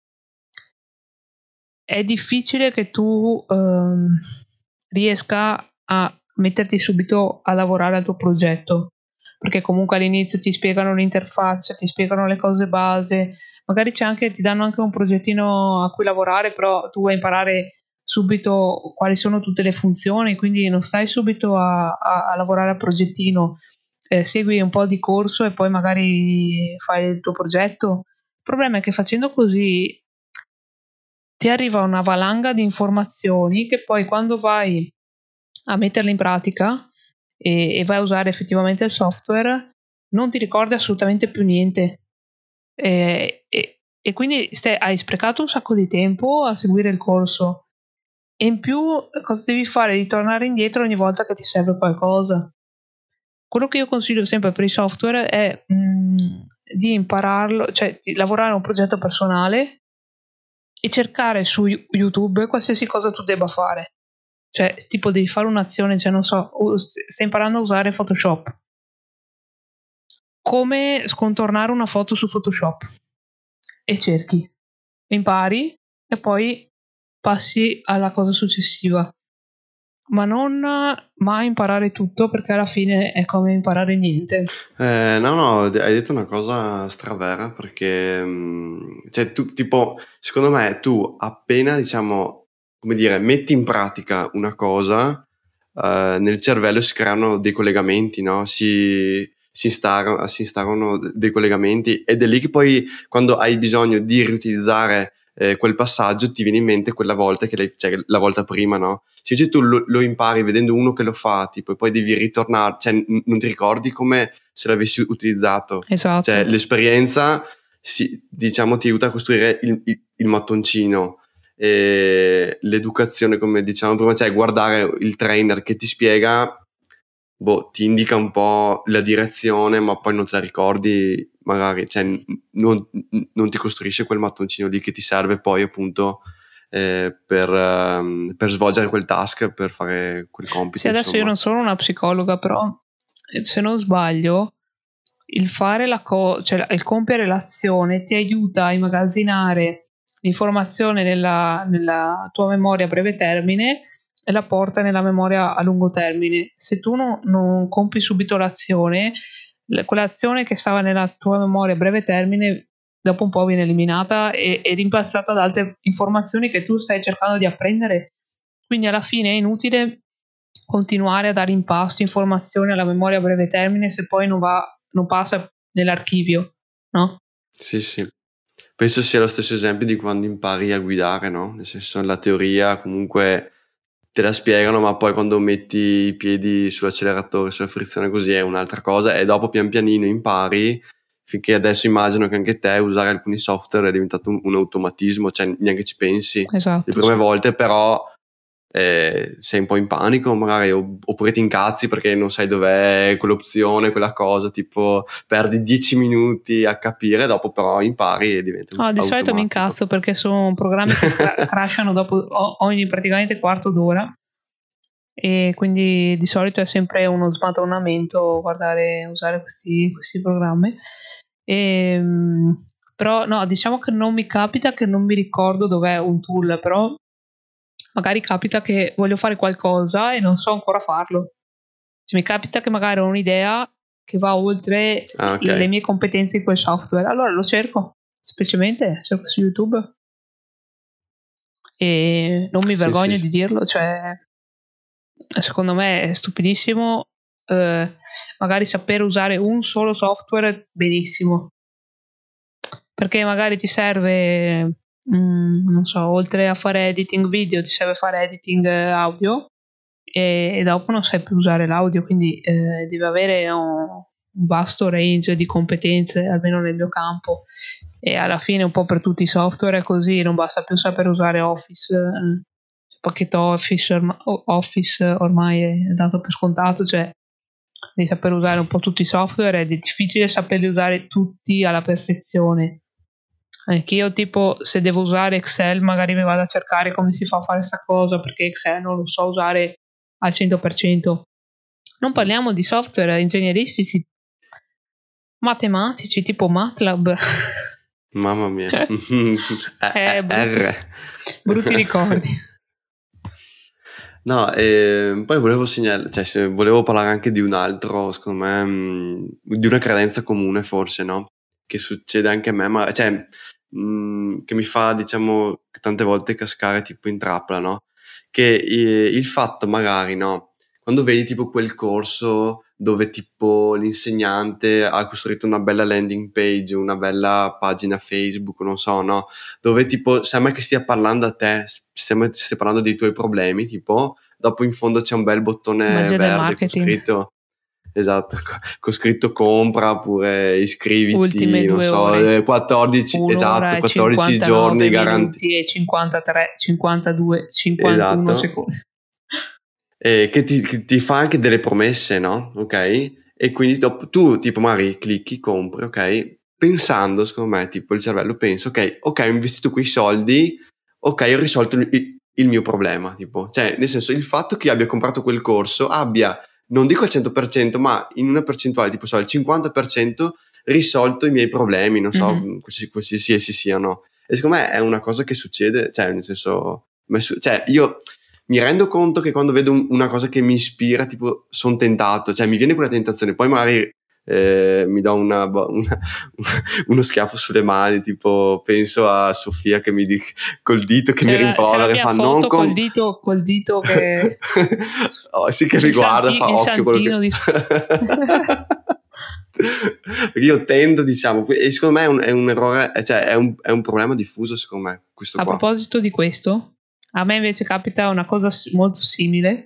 è difficile che tu riesca a metterti subito a lavorare al tuo progetto, perché comunque all'inizio ti spiegano l'interfaccia, ti spiegano le cose base, magari ti danno anche un progettino a cui lavorare, però tu vuoi imparare subito quali sono tutte le funzioni, quindi non stai subito a lavorare al progettino, segui un po' di corso e poi magari fai il tuo progetto. Il problema è che facendo così ti arriva una valanga di informazioni che poi quando vai a metterle in pratica e vai a usare effettivamente il software, non ti ricordi assolutamente più niente. E quindi hai sprecato un sacco di tempo a seguire il corso, e in più cosa devi fare? Di tornare indietro ogni volta che ti serve qualcosa. Quello che io consiglio sempre per i software è di impararlo, cioè di lavorare a un progetto personale e cercare su YouTube qualsiasi cosa tu debba fare. Cioè, tipo devi fare un'azione, cioè non so, stai imparando a usare Photoshop. Come scontornare una foto su Photoshop. E cerchi, impari e poi passi alla cosa successiva. Ma non mai imparare tutto, perché alla fine è come imparare niente. No, hai detto una cosa stravera perché, cioè tu tipo, secondo me tu appena, diciamo, come dire, metti in pratica una cosa, nel cervello si creano dei collegamenti, no? Si instaurano dei collegamenti, ed è lì che poi quando hai bisogno di riutilizzare quel passaggio ti viene in mente quella volta cioè la volta prima, no? Se invece tu lo impari vedendo uno che lo fa, tipo, e poi devi ritornare, cioè non ti ricordi come se l'avessi utilizzato. Esatto. Cioè l'esperienza diciamo ti aiuta a costruire il mattoncino, e l'educazione, come diciamo prima, cioè guardare il trainer che ti spiega, ti indica un po' la direzione, ma poi non te la ricordi magari, cioè non ti costruisce quel mattoncino lì che ti serve poi appunto per svolgere quel task, per fare quel compito. Sì, adesso io non sono una psicologa, però se non sbaglio il fare cioè il compiere l'azione ti aiuta a immagazzinare l'informazione nella tua memoria a breve termine e la porta nella memoria a lungo termine. Se tu non compi subito l'azione, quell'azione che stava nella tua memoria a breve termine dopo un po' viene eliminata e rimpiazzata da altre informazioni che tu stai cercando di apprendere. Quindi alla fine è inutile continuare a dare in pasto informazioni alla memoria a breve termine se poi non passa nell'archivio, no? Sì. Penso sia lo stesso esempio di quando impari a guidare, no? Nel senso, la teoria comunque te la spiegano, ma poi quando metti i piedi sull'acceleratore, sulla frizione, così è un'altra cosa, e dopo pian pianino impari, finché adesso immagino che anche te usare alcuni software è diventato un automatismo, cioè neanche ci pensi. Esatto. Le prime volte però sei un po' in panico magari, oppure ti incazzi perché non sai dov'è quell'opzione, quella cosa, tipo perdi 10 minuti a capire, dopo però impari e diventa di solito mi automatico. incazzo perché sono programmi che crashano dopo ogni praticamente quarto d'ora, e quindi di solito è sempre uno smadonnamento usare questi programmi. Però no, diciamo che non mi capita che non mi ricordo dov'è un tool, però magari capita che voglio fare qualcosa e non so ancora farlo. Cioè, mi capita che magari ho un'idea che va oltre Okay. le mie competenze in quel software, allora lo cerco, semplicemente cerco su YouTube e non mi vergogno di dirlo, cioè secondo me è stupidissimo magari sapere usare un solo software benissimo, perché magari ti serve, non so, oltre a fare editing video ti serve fare editing audio, e dopo non sai più usare l'audio, quindi devi avere un vasto range di competenze, almeno nel mio campo, e alla fine un po' per tutti i software è così, non basta più saper usare Office, il pacchetto Office ormai è dato per scontato, cioè devi saper usare un po' tutti i software ed è difficile saperli usare tutti alla perfezione. Anch'io, tipo, se devo usare Excel magari mi vado a cercare come si fa a fare questa cosa, perché Excel non lo so usare al 100%. Non parliamo di software ingegneristici, matematici, tipo MATLAB. Mamma mia. Brutti, R. brutti ricordi. No, poi volevo cioè, volevo parlare anche di un altro, secondo me, di una credenza comune forse, no? Che succede anche a me, ma cioè, che mi fa, diciamo, tante volte cascare tipo in trappola, no? Che il fatto magari, no? Quando vedi tipo quel corso dove tipo l'insegnante ha costruito una bella landing page, una bella pagina Facebook, non so, no? Dove tipo sembra che stia parlando a te, sembra che stia parlando dei tuoi problemi, tipo, dopo in fondo c'è un bel bottone Magia del verde con marketing. scritto, esatto, con scritto compra, oppure Ultime iscriviti, non 2 so, ore. 14, Un'ora esatto, e 14 59 giorni garanti, minuti e 53, 52, 51 esatto, secondi. che ti fa anche delle promesse, no? Ok? E quindi dopo tu, tipo, magari clicchi, compri, ok? Pensando, secondo me, tipo, il cervello pensa, ok, ho investito quei soldi, ok, ho risolto il mio problema, tipo. Cioè, nel senso, il fatto che io abbia comprato quel corso abbia, non dico al 100%, ma in una percentuale, tipo, so, al 50% risolto i miei problemi, non so, Mhm. qualsiasi essi siano. E secondo me è una cosa che succede, cioè, nel senso, cioè, io mi rendo conto che quando vedo una cosa che mi ispira, tipo, sono tentato, cioè mi viene quella tentazione, poi magari mi do uno schiaffo sulle mani, tipo, penso a Sofia che mi dice col dito che mi C'è la rimprovera, che mia fa non foto con... col dito che Oh, sì che mi guarda, fa il occhio quello santino che... di Perché io tendo, diciamo, e secondo me è un errore, cioè è un problema diffuso, secondo me, questo A qua. proposito di questo, a me invece capita una cosa molto simile.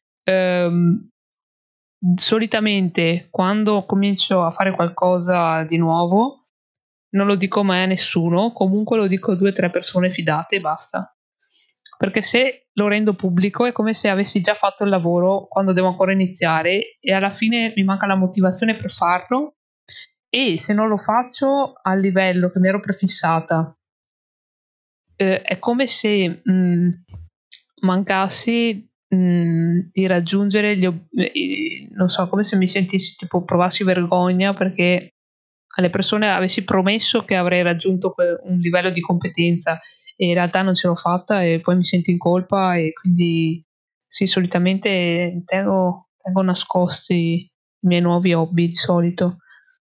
Solitamente quando comincio a fare qualcosa di nuovo, non lo dico mai a nessuno, comunque lo dico a 2 o 3 persone fidate e basta. Perché se lo rendo pubblico è come se avessi già fatto il lavoro quando devo ancora iniziare e alla fine mi manca la motivazione per farlo, e se non lo faccio al livello che mi ero prefissata, è come se, mancassi, di raggiungere non so, come se mi sentissi, tipo, provassi vergogna perché alle persone avessi promesso che avrei raggiunto un livello di competenza e in realtà non ce l'ho fatta e poi mi sento in colpa, e quindi sì, solitamente tengo nascosti i miei nuovi hobby di solito,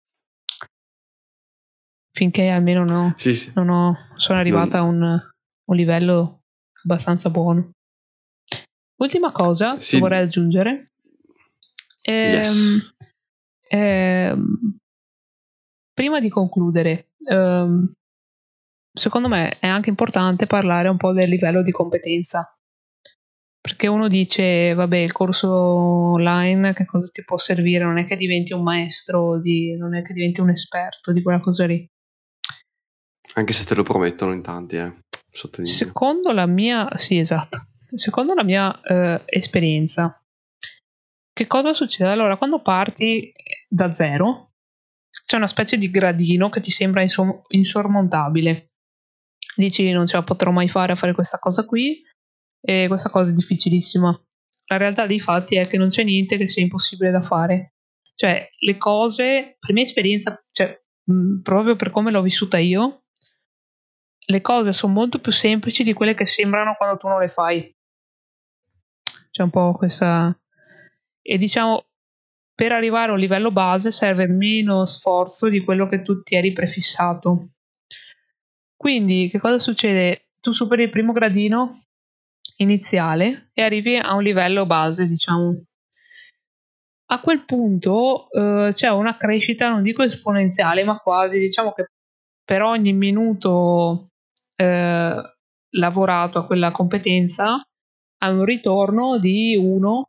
finché almeno Sì, sì. non sono arrivata a Non... un livello abbastanza buono. Ultima cosa che vorrei Sì, aggiungere, ehm, yes. ehm, prima di concludere, secondo me è anche importante parlare un po' del livello di competenza, perché uno dice: "Vabbè, il corso online che cosa ti può servire? Non è che diventi un maestro non è che diventi un esperto di quella cosa lì". Anche se te lo promettono in tanti, sottolineo. Secondo la mia Sì, esatto. Secondo la mia, esperienza, che cosa succede? Allora, quando parti da zero, c'è una specie di gradino che ti sembra insormontabile. Dici: "Non ce la potrò mai fare a fare questa cosa qui, e questa cosa è difficilissima". La realtà dei fatti è che non c'è niente che sia impossibile da fare. Cioè, le cose, per mia esperienza, cioè, proprio per come l'ho vissuta io, le cose son molto più semplici di quelle che sembrano quando tu non le fai. C'è un po' questa, e diciamo, per arrivare a un livello base serve meno sforzo di quello che tu ti eri prefissato. Quindi che cosa succede? Tu superi il primo gradino iniziale e arrivi a un livello base, diciamo. a quel punto c'è una crescita, non dico esponenziale, ma quasi, diciamo che per ogni minuto lavorato a quella competenza hai un ritorno di 1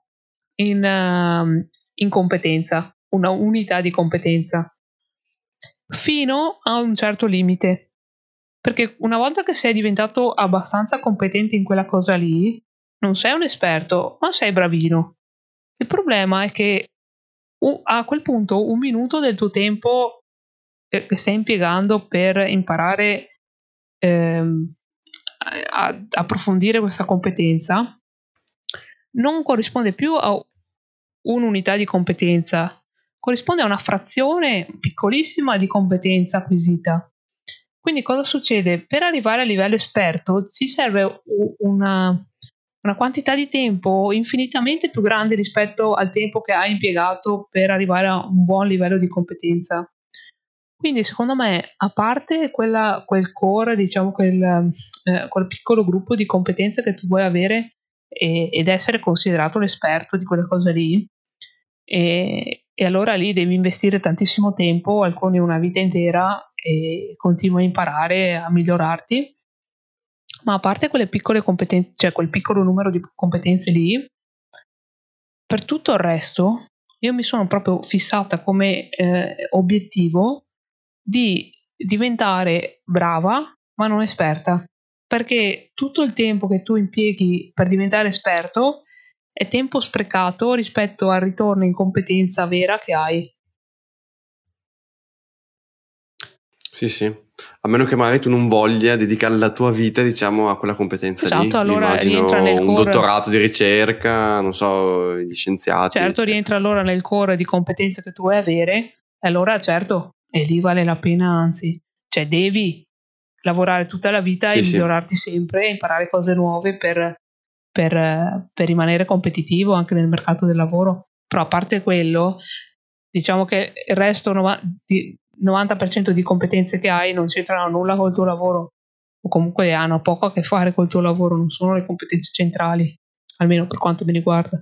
in competenza, una unità di competenza, fino a un certo limite. Perché una volta che sei diventato abbastanza competente in quella cosa lì, non sei un esperto, ma sei bravino. Il problema è che a quel punto 1 minuto del tuo tempo che stai impiegando per imparare ehm, a approfondire questa competenza non corrisponde più a un'unità di competenza, corrisponde a una frazione piccolissima di competenza acquisita. Quindi cosa succede? Per arrivare a livello esperto ci serve una quantità di tempo infinitamente più grande rispetto al tempo che hai impiegato per arrivare a un buon livello di competenza. Quindi secondo me, a parte quel core, diciamo quel piccolo gruppo di competenze che tu vuoi avere ed essere considerato l'esperto di quelle cose lì, e allora lì devi investire tantissimo tempo, alcuni una vita intera, e continui a imparare, a migliorarti. Ma a parte quelle piccole competenze, cioè quel piccolo numero di competenze lì, per tutto il resto io mi sono proprio fissata come obiettivo di diventare brava ma non esperta, perché tutto il tempo che tu impieghi per diventare esperto è tempo sprecato rispetto al ritorno in competenza vera che hai. Sì, sì. A meno che magari tu non voglia dedicare la tua vita, diciamo, a quella competenza lì. Esatto, Mi allora rientra immagino nel un core. dottorato di ricerca, non so, gli scienziati, Certo, eccetera. rientra allora nel core di competenze che tu vuoi avere, e allora certo, e lì vale la pena, anzi, cioè devi lavorare tutta la vita e Sì, sì. migliorarti sempre e imparare cose nuove per rimanere competitivo anche nel mercato del lavoro. Però a parte quello, diciamo che il resto 90% di competenze che hai non c'entrano nulla col tuo lavoro, o comunque hanno poco a che fare col tuo lavoro, non sono le competenze centrali, almeno per quanto mi riguarda.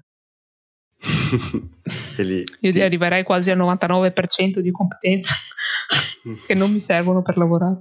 E lì Io arriverei quasi al 99% di competenze che non mi servono per lavorare.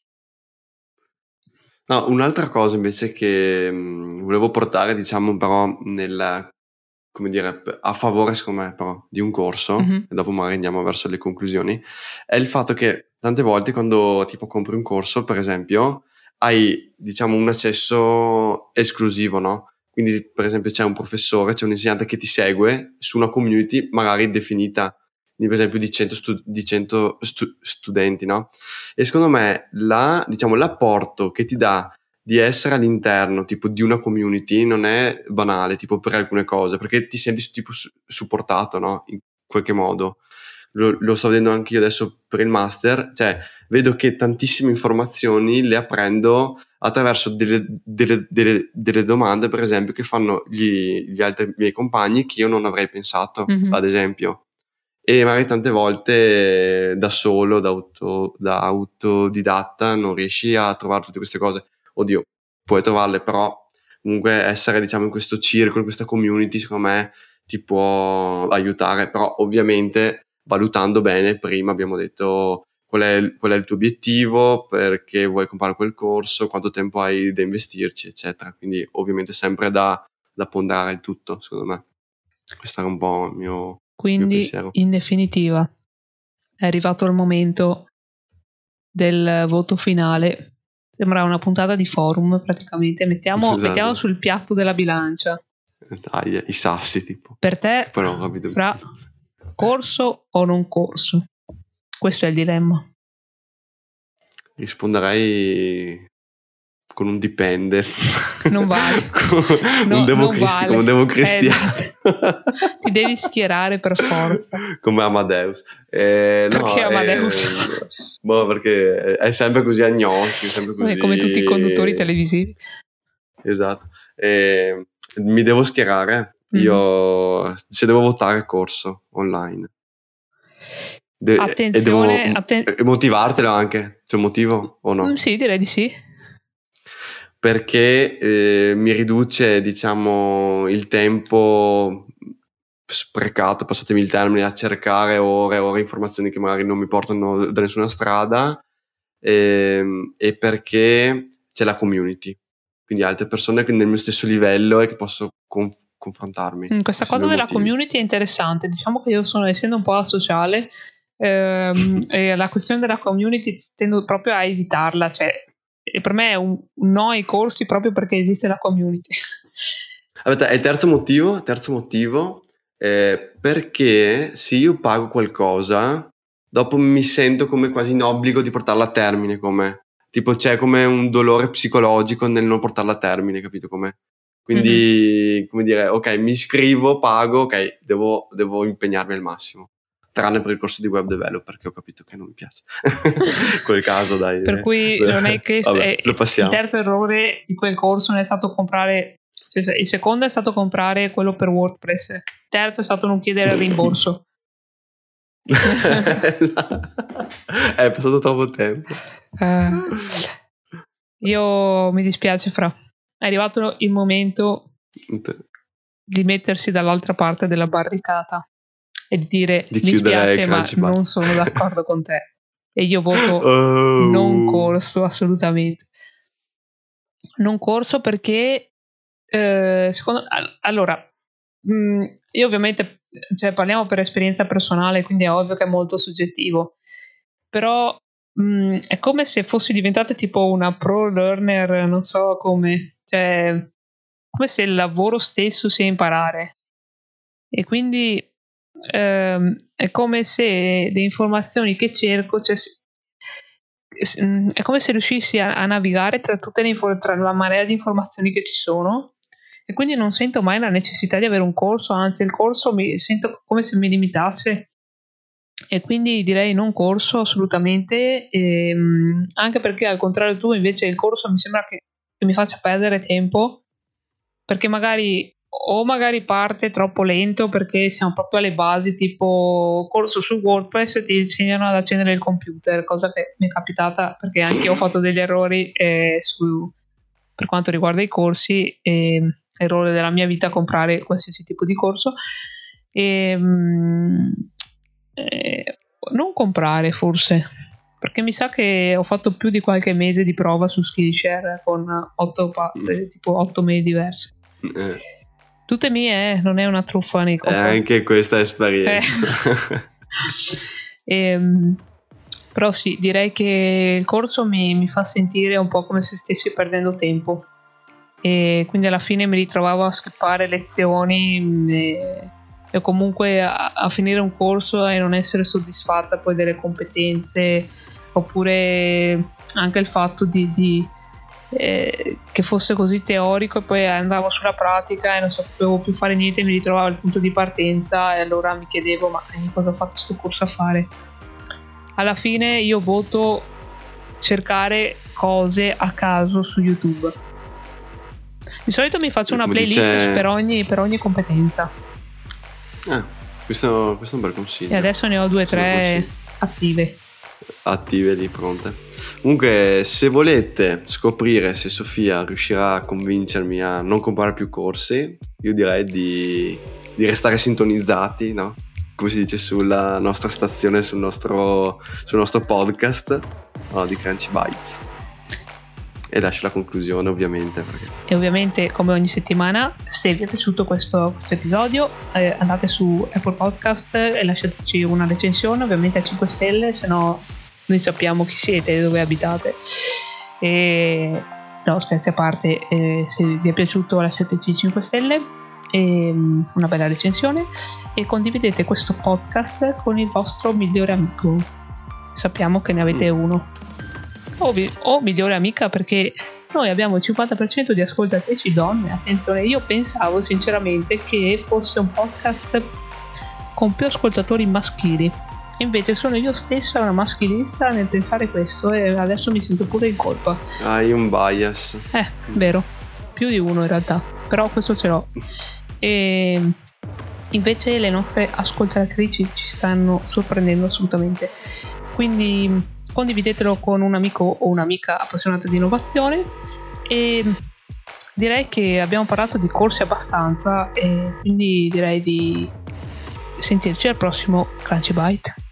No, un'altra cosa invece che volevo portare, diciamo, però come dire, a favore, secondo me, però, di un corso, Mhm. e dopo magari andiamo verso le conclusioni, è il fatto che tante volte quando tipo compri un corso, per esempio, hai, diciamo, un accesso esclusivo, no? Quindi, per esempio, c'è un professore, c'è un insegnante che ti segue su una community magari definita, per esempio, di 100 studenti, no? E secondo me, diciamo, l'apporto che ti dà di essere all'interno tipo di una community non è banale tipo per alcune cose, perché ti senti tipo supportato, no? In qualche modo lo sto vedendo anche io adesso per il master, cioè vedo che tantissime informazioni le apprendo attraverso delle domande, per esempio, che fanno gli altri miei compagni che io non avrei pensato, ad esempio. E magari tante volte da solo, da autodidatta, non riesci a trovare tutte queste cose. Oddio, puoi trovarle, però comunque essere, diciamo, in questo circolo, in questa community, secondo me ti può aiutare, però ovviamente valutando bene, prima abbiamo detto qual è il tuo obiettivo, perché vuoi comprare quel corso, quanto tempo hai da investirci, eccetera. Quindi ovviamente sempre da ponderare il tutto, secondo me. Questo era un po' il mio Quindi, pensiero. in definitiva, è arrivato il momento del voto finale. Sembra una puntata di forum, praticamente. Mettiamo Esatto. sul piatto della bilancia. Dai, i sassi, tipo. Per te, Poi non ho capito. fra corso o non corso? Questo è il dilemma. Risponderei con un dipende. Non vale. Un democristiano. Ti devi schierare per forza. Come Amadeus. Perché Amadeus? Perché è sempre così agnostico, sempre così... Come tutti i conduttori televisivi. Esatto. Mi devo schierare. Io, se devo votare, corso online. E devo motivartelo anche. C'è un motivo o no? Sì, direi di sì. Perché mi riduce, diciamo, il tempo sprecato, passatemi il termine, a cercare ore e ore informazioni che magari non mi portano da nessuna strada, e perché c'è la community, quindi altre persone che nel mio stesso livello e che posso confrontarmi. Questa cosa della community è interessante. Diciamo che io essendo un po' asociale, e la questione della community tendo proprio a evitarla, cioè per me è un no ai corsi proprio perché esiste la community. Aspetta, è il terzo motivo, perché se io pago qualcosa, dopo mi sento come quasi in obbligo di portarla a termine, come tipo c'è come un dolore psicologico nel non portarla a termine, capito com'è? Quindi, come dire, ok, mi iscrivo, pago, ok, devo impegnarmi al massimo. Tranne per il corso di web developer, che ho capito che non mi piace. Quel caso, dai. Per cui non è che vabbè, lo passiamo. Il terzo errore di quel corso non è stato comprare, cioè, il secondo è stato comprare quello per WordPress, il terzo è stato non chiedere il rimborso. È passato troppo tempo. Io mi dispiace, Fra. È arrivato il momento di mettersi dall'altra parte della barricata e di dire mi dispiace ma non sono d'accordo con te e io voto non corso, assolutamente non corso, perché allora io ovviamente, cioè, parliamo per esperienza personale, quindi è ovvio che è molto soggettivo, però è come se fossi diventata tipo una pro learner, non so come, cioè come se il lavoro stesso sia imparare, e quindi è come se le informazioni che cerco, cioè, è come se riuscissi a navigare tra tra la marea di informazioni che ci sono, e quindi non sento mai la necessità di avere un corso, anzi il corso mi sento come se mi limitasse, e quindi direi non corso assolutamente, anche perché al contrario tu invece il corso mi sembra che mi faccia perdere tempo, perché magari parte troppo lento perché siamo proprio alle basi, tipo corso su WordPress ti insegnano ad accendere il computer, cosa che mi è capitata perché anche io ho fatto degli errori per quanto riguarda i corsi, errore della mia vita comprare qualsiasi tipo di corso, non comprare forse, perché mi sa che ho fatto più di qualche mese di prova su Skillshare con 8 mail diverse. Tutte mie, non è una truffa nei confronti. Anche questa esperienza. Però sì, direi che il corso mi fa sentire un po' come se stessi perdendo tempo, e quindi alla fine mi ritrovavo a skippare lezioni e comunque a finire un corso e non essere soddisfatta poi delle competenze, oppure anche il fatto che fosse così teorico e poi andavo sulla pratica e non sapevo più fare niente, mi ritrovavo al punto di partenza e allora mi chiedevo ma cosa ho fatto sto corso a fare. Alla fine io voto cercare cose a caso su YouTube. Di solito mi faccio una playlist per ogni competenza. Questo è un bel consiglio. E adesso ne ho 2 o 3 attive lì pronte. Comunque, se volete scoprire se Sofia riuscirà a convincermi a non comprare più corsi, io direi di restare sintonizzati, no? Come si dice sulla nostra stazione, sul nostro podcast, no, di Crunchy Bytes. E lascio la conclusione, ovviamente. E ovviamente, come ogni settimana, se vi è piaciuto questo episodio, andate su Apple Podcast e lasciateci una recensione, ovviamente a 5 stelle, se no noi sappiamo chi siete e dove abitate. No, scherzi a parte, se vi è piaciuto lasciateci 5 stelle e una bella recensione, e condividete questo podcast con il vostro migliore amico. Sappiamo che ne avete uno, o migliore amica, perché noi abbiamo il 50% di ascoltatrici donne. Attenzione, io pensavo sinceramente che fosse un podcast con più ascoltatori maschili, invece sono io stessa una maschilista nel pensare questo, e adesso mi sento pure in colpa. Hai un bias. Vero, più di uno in realtà, però questo ce l'ho. E invece le nostre ascoltatrici ci stanno sorprendendo assolutamente, quindi condividetelo con un amico o un'amica appassionata di innovazione. E direi che abbiamo parlato di corsi abbastanza, e quindi direi di sentirci al prossimo Crunchy Bite.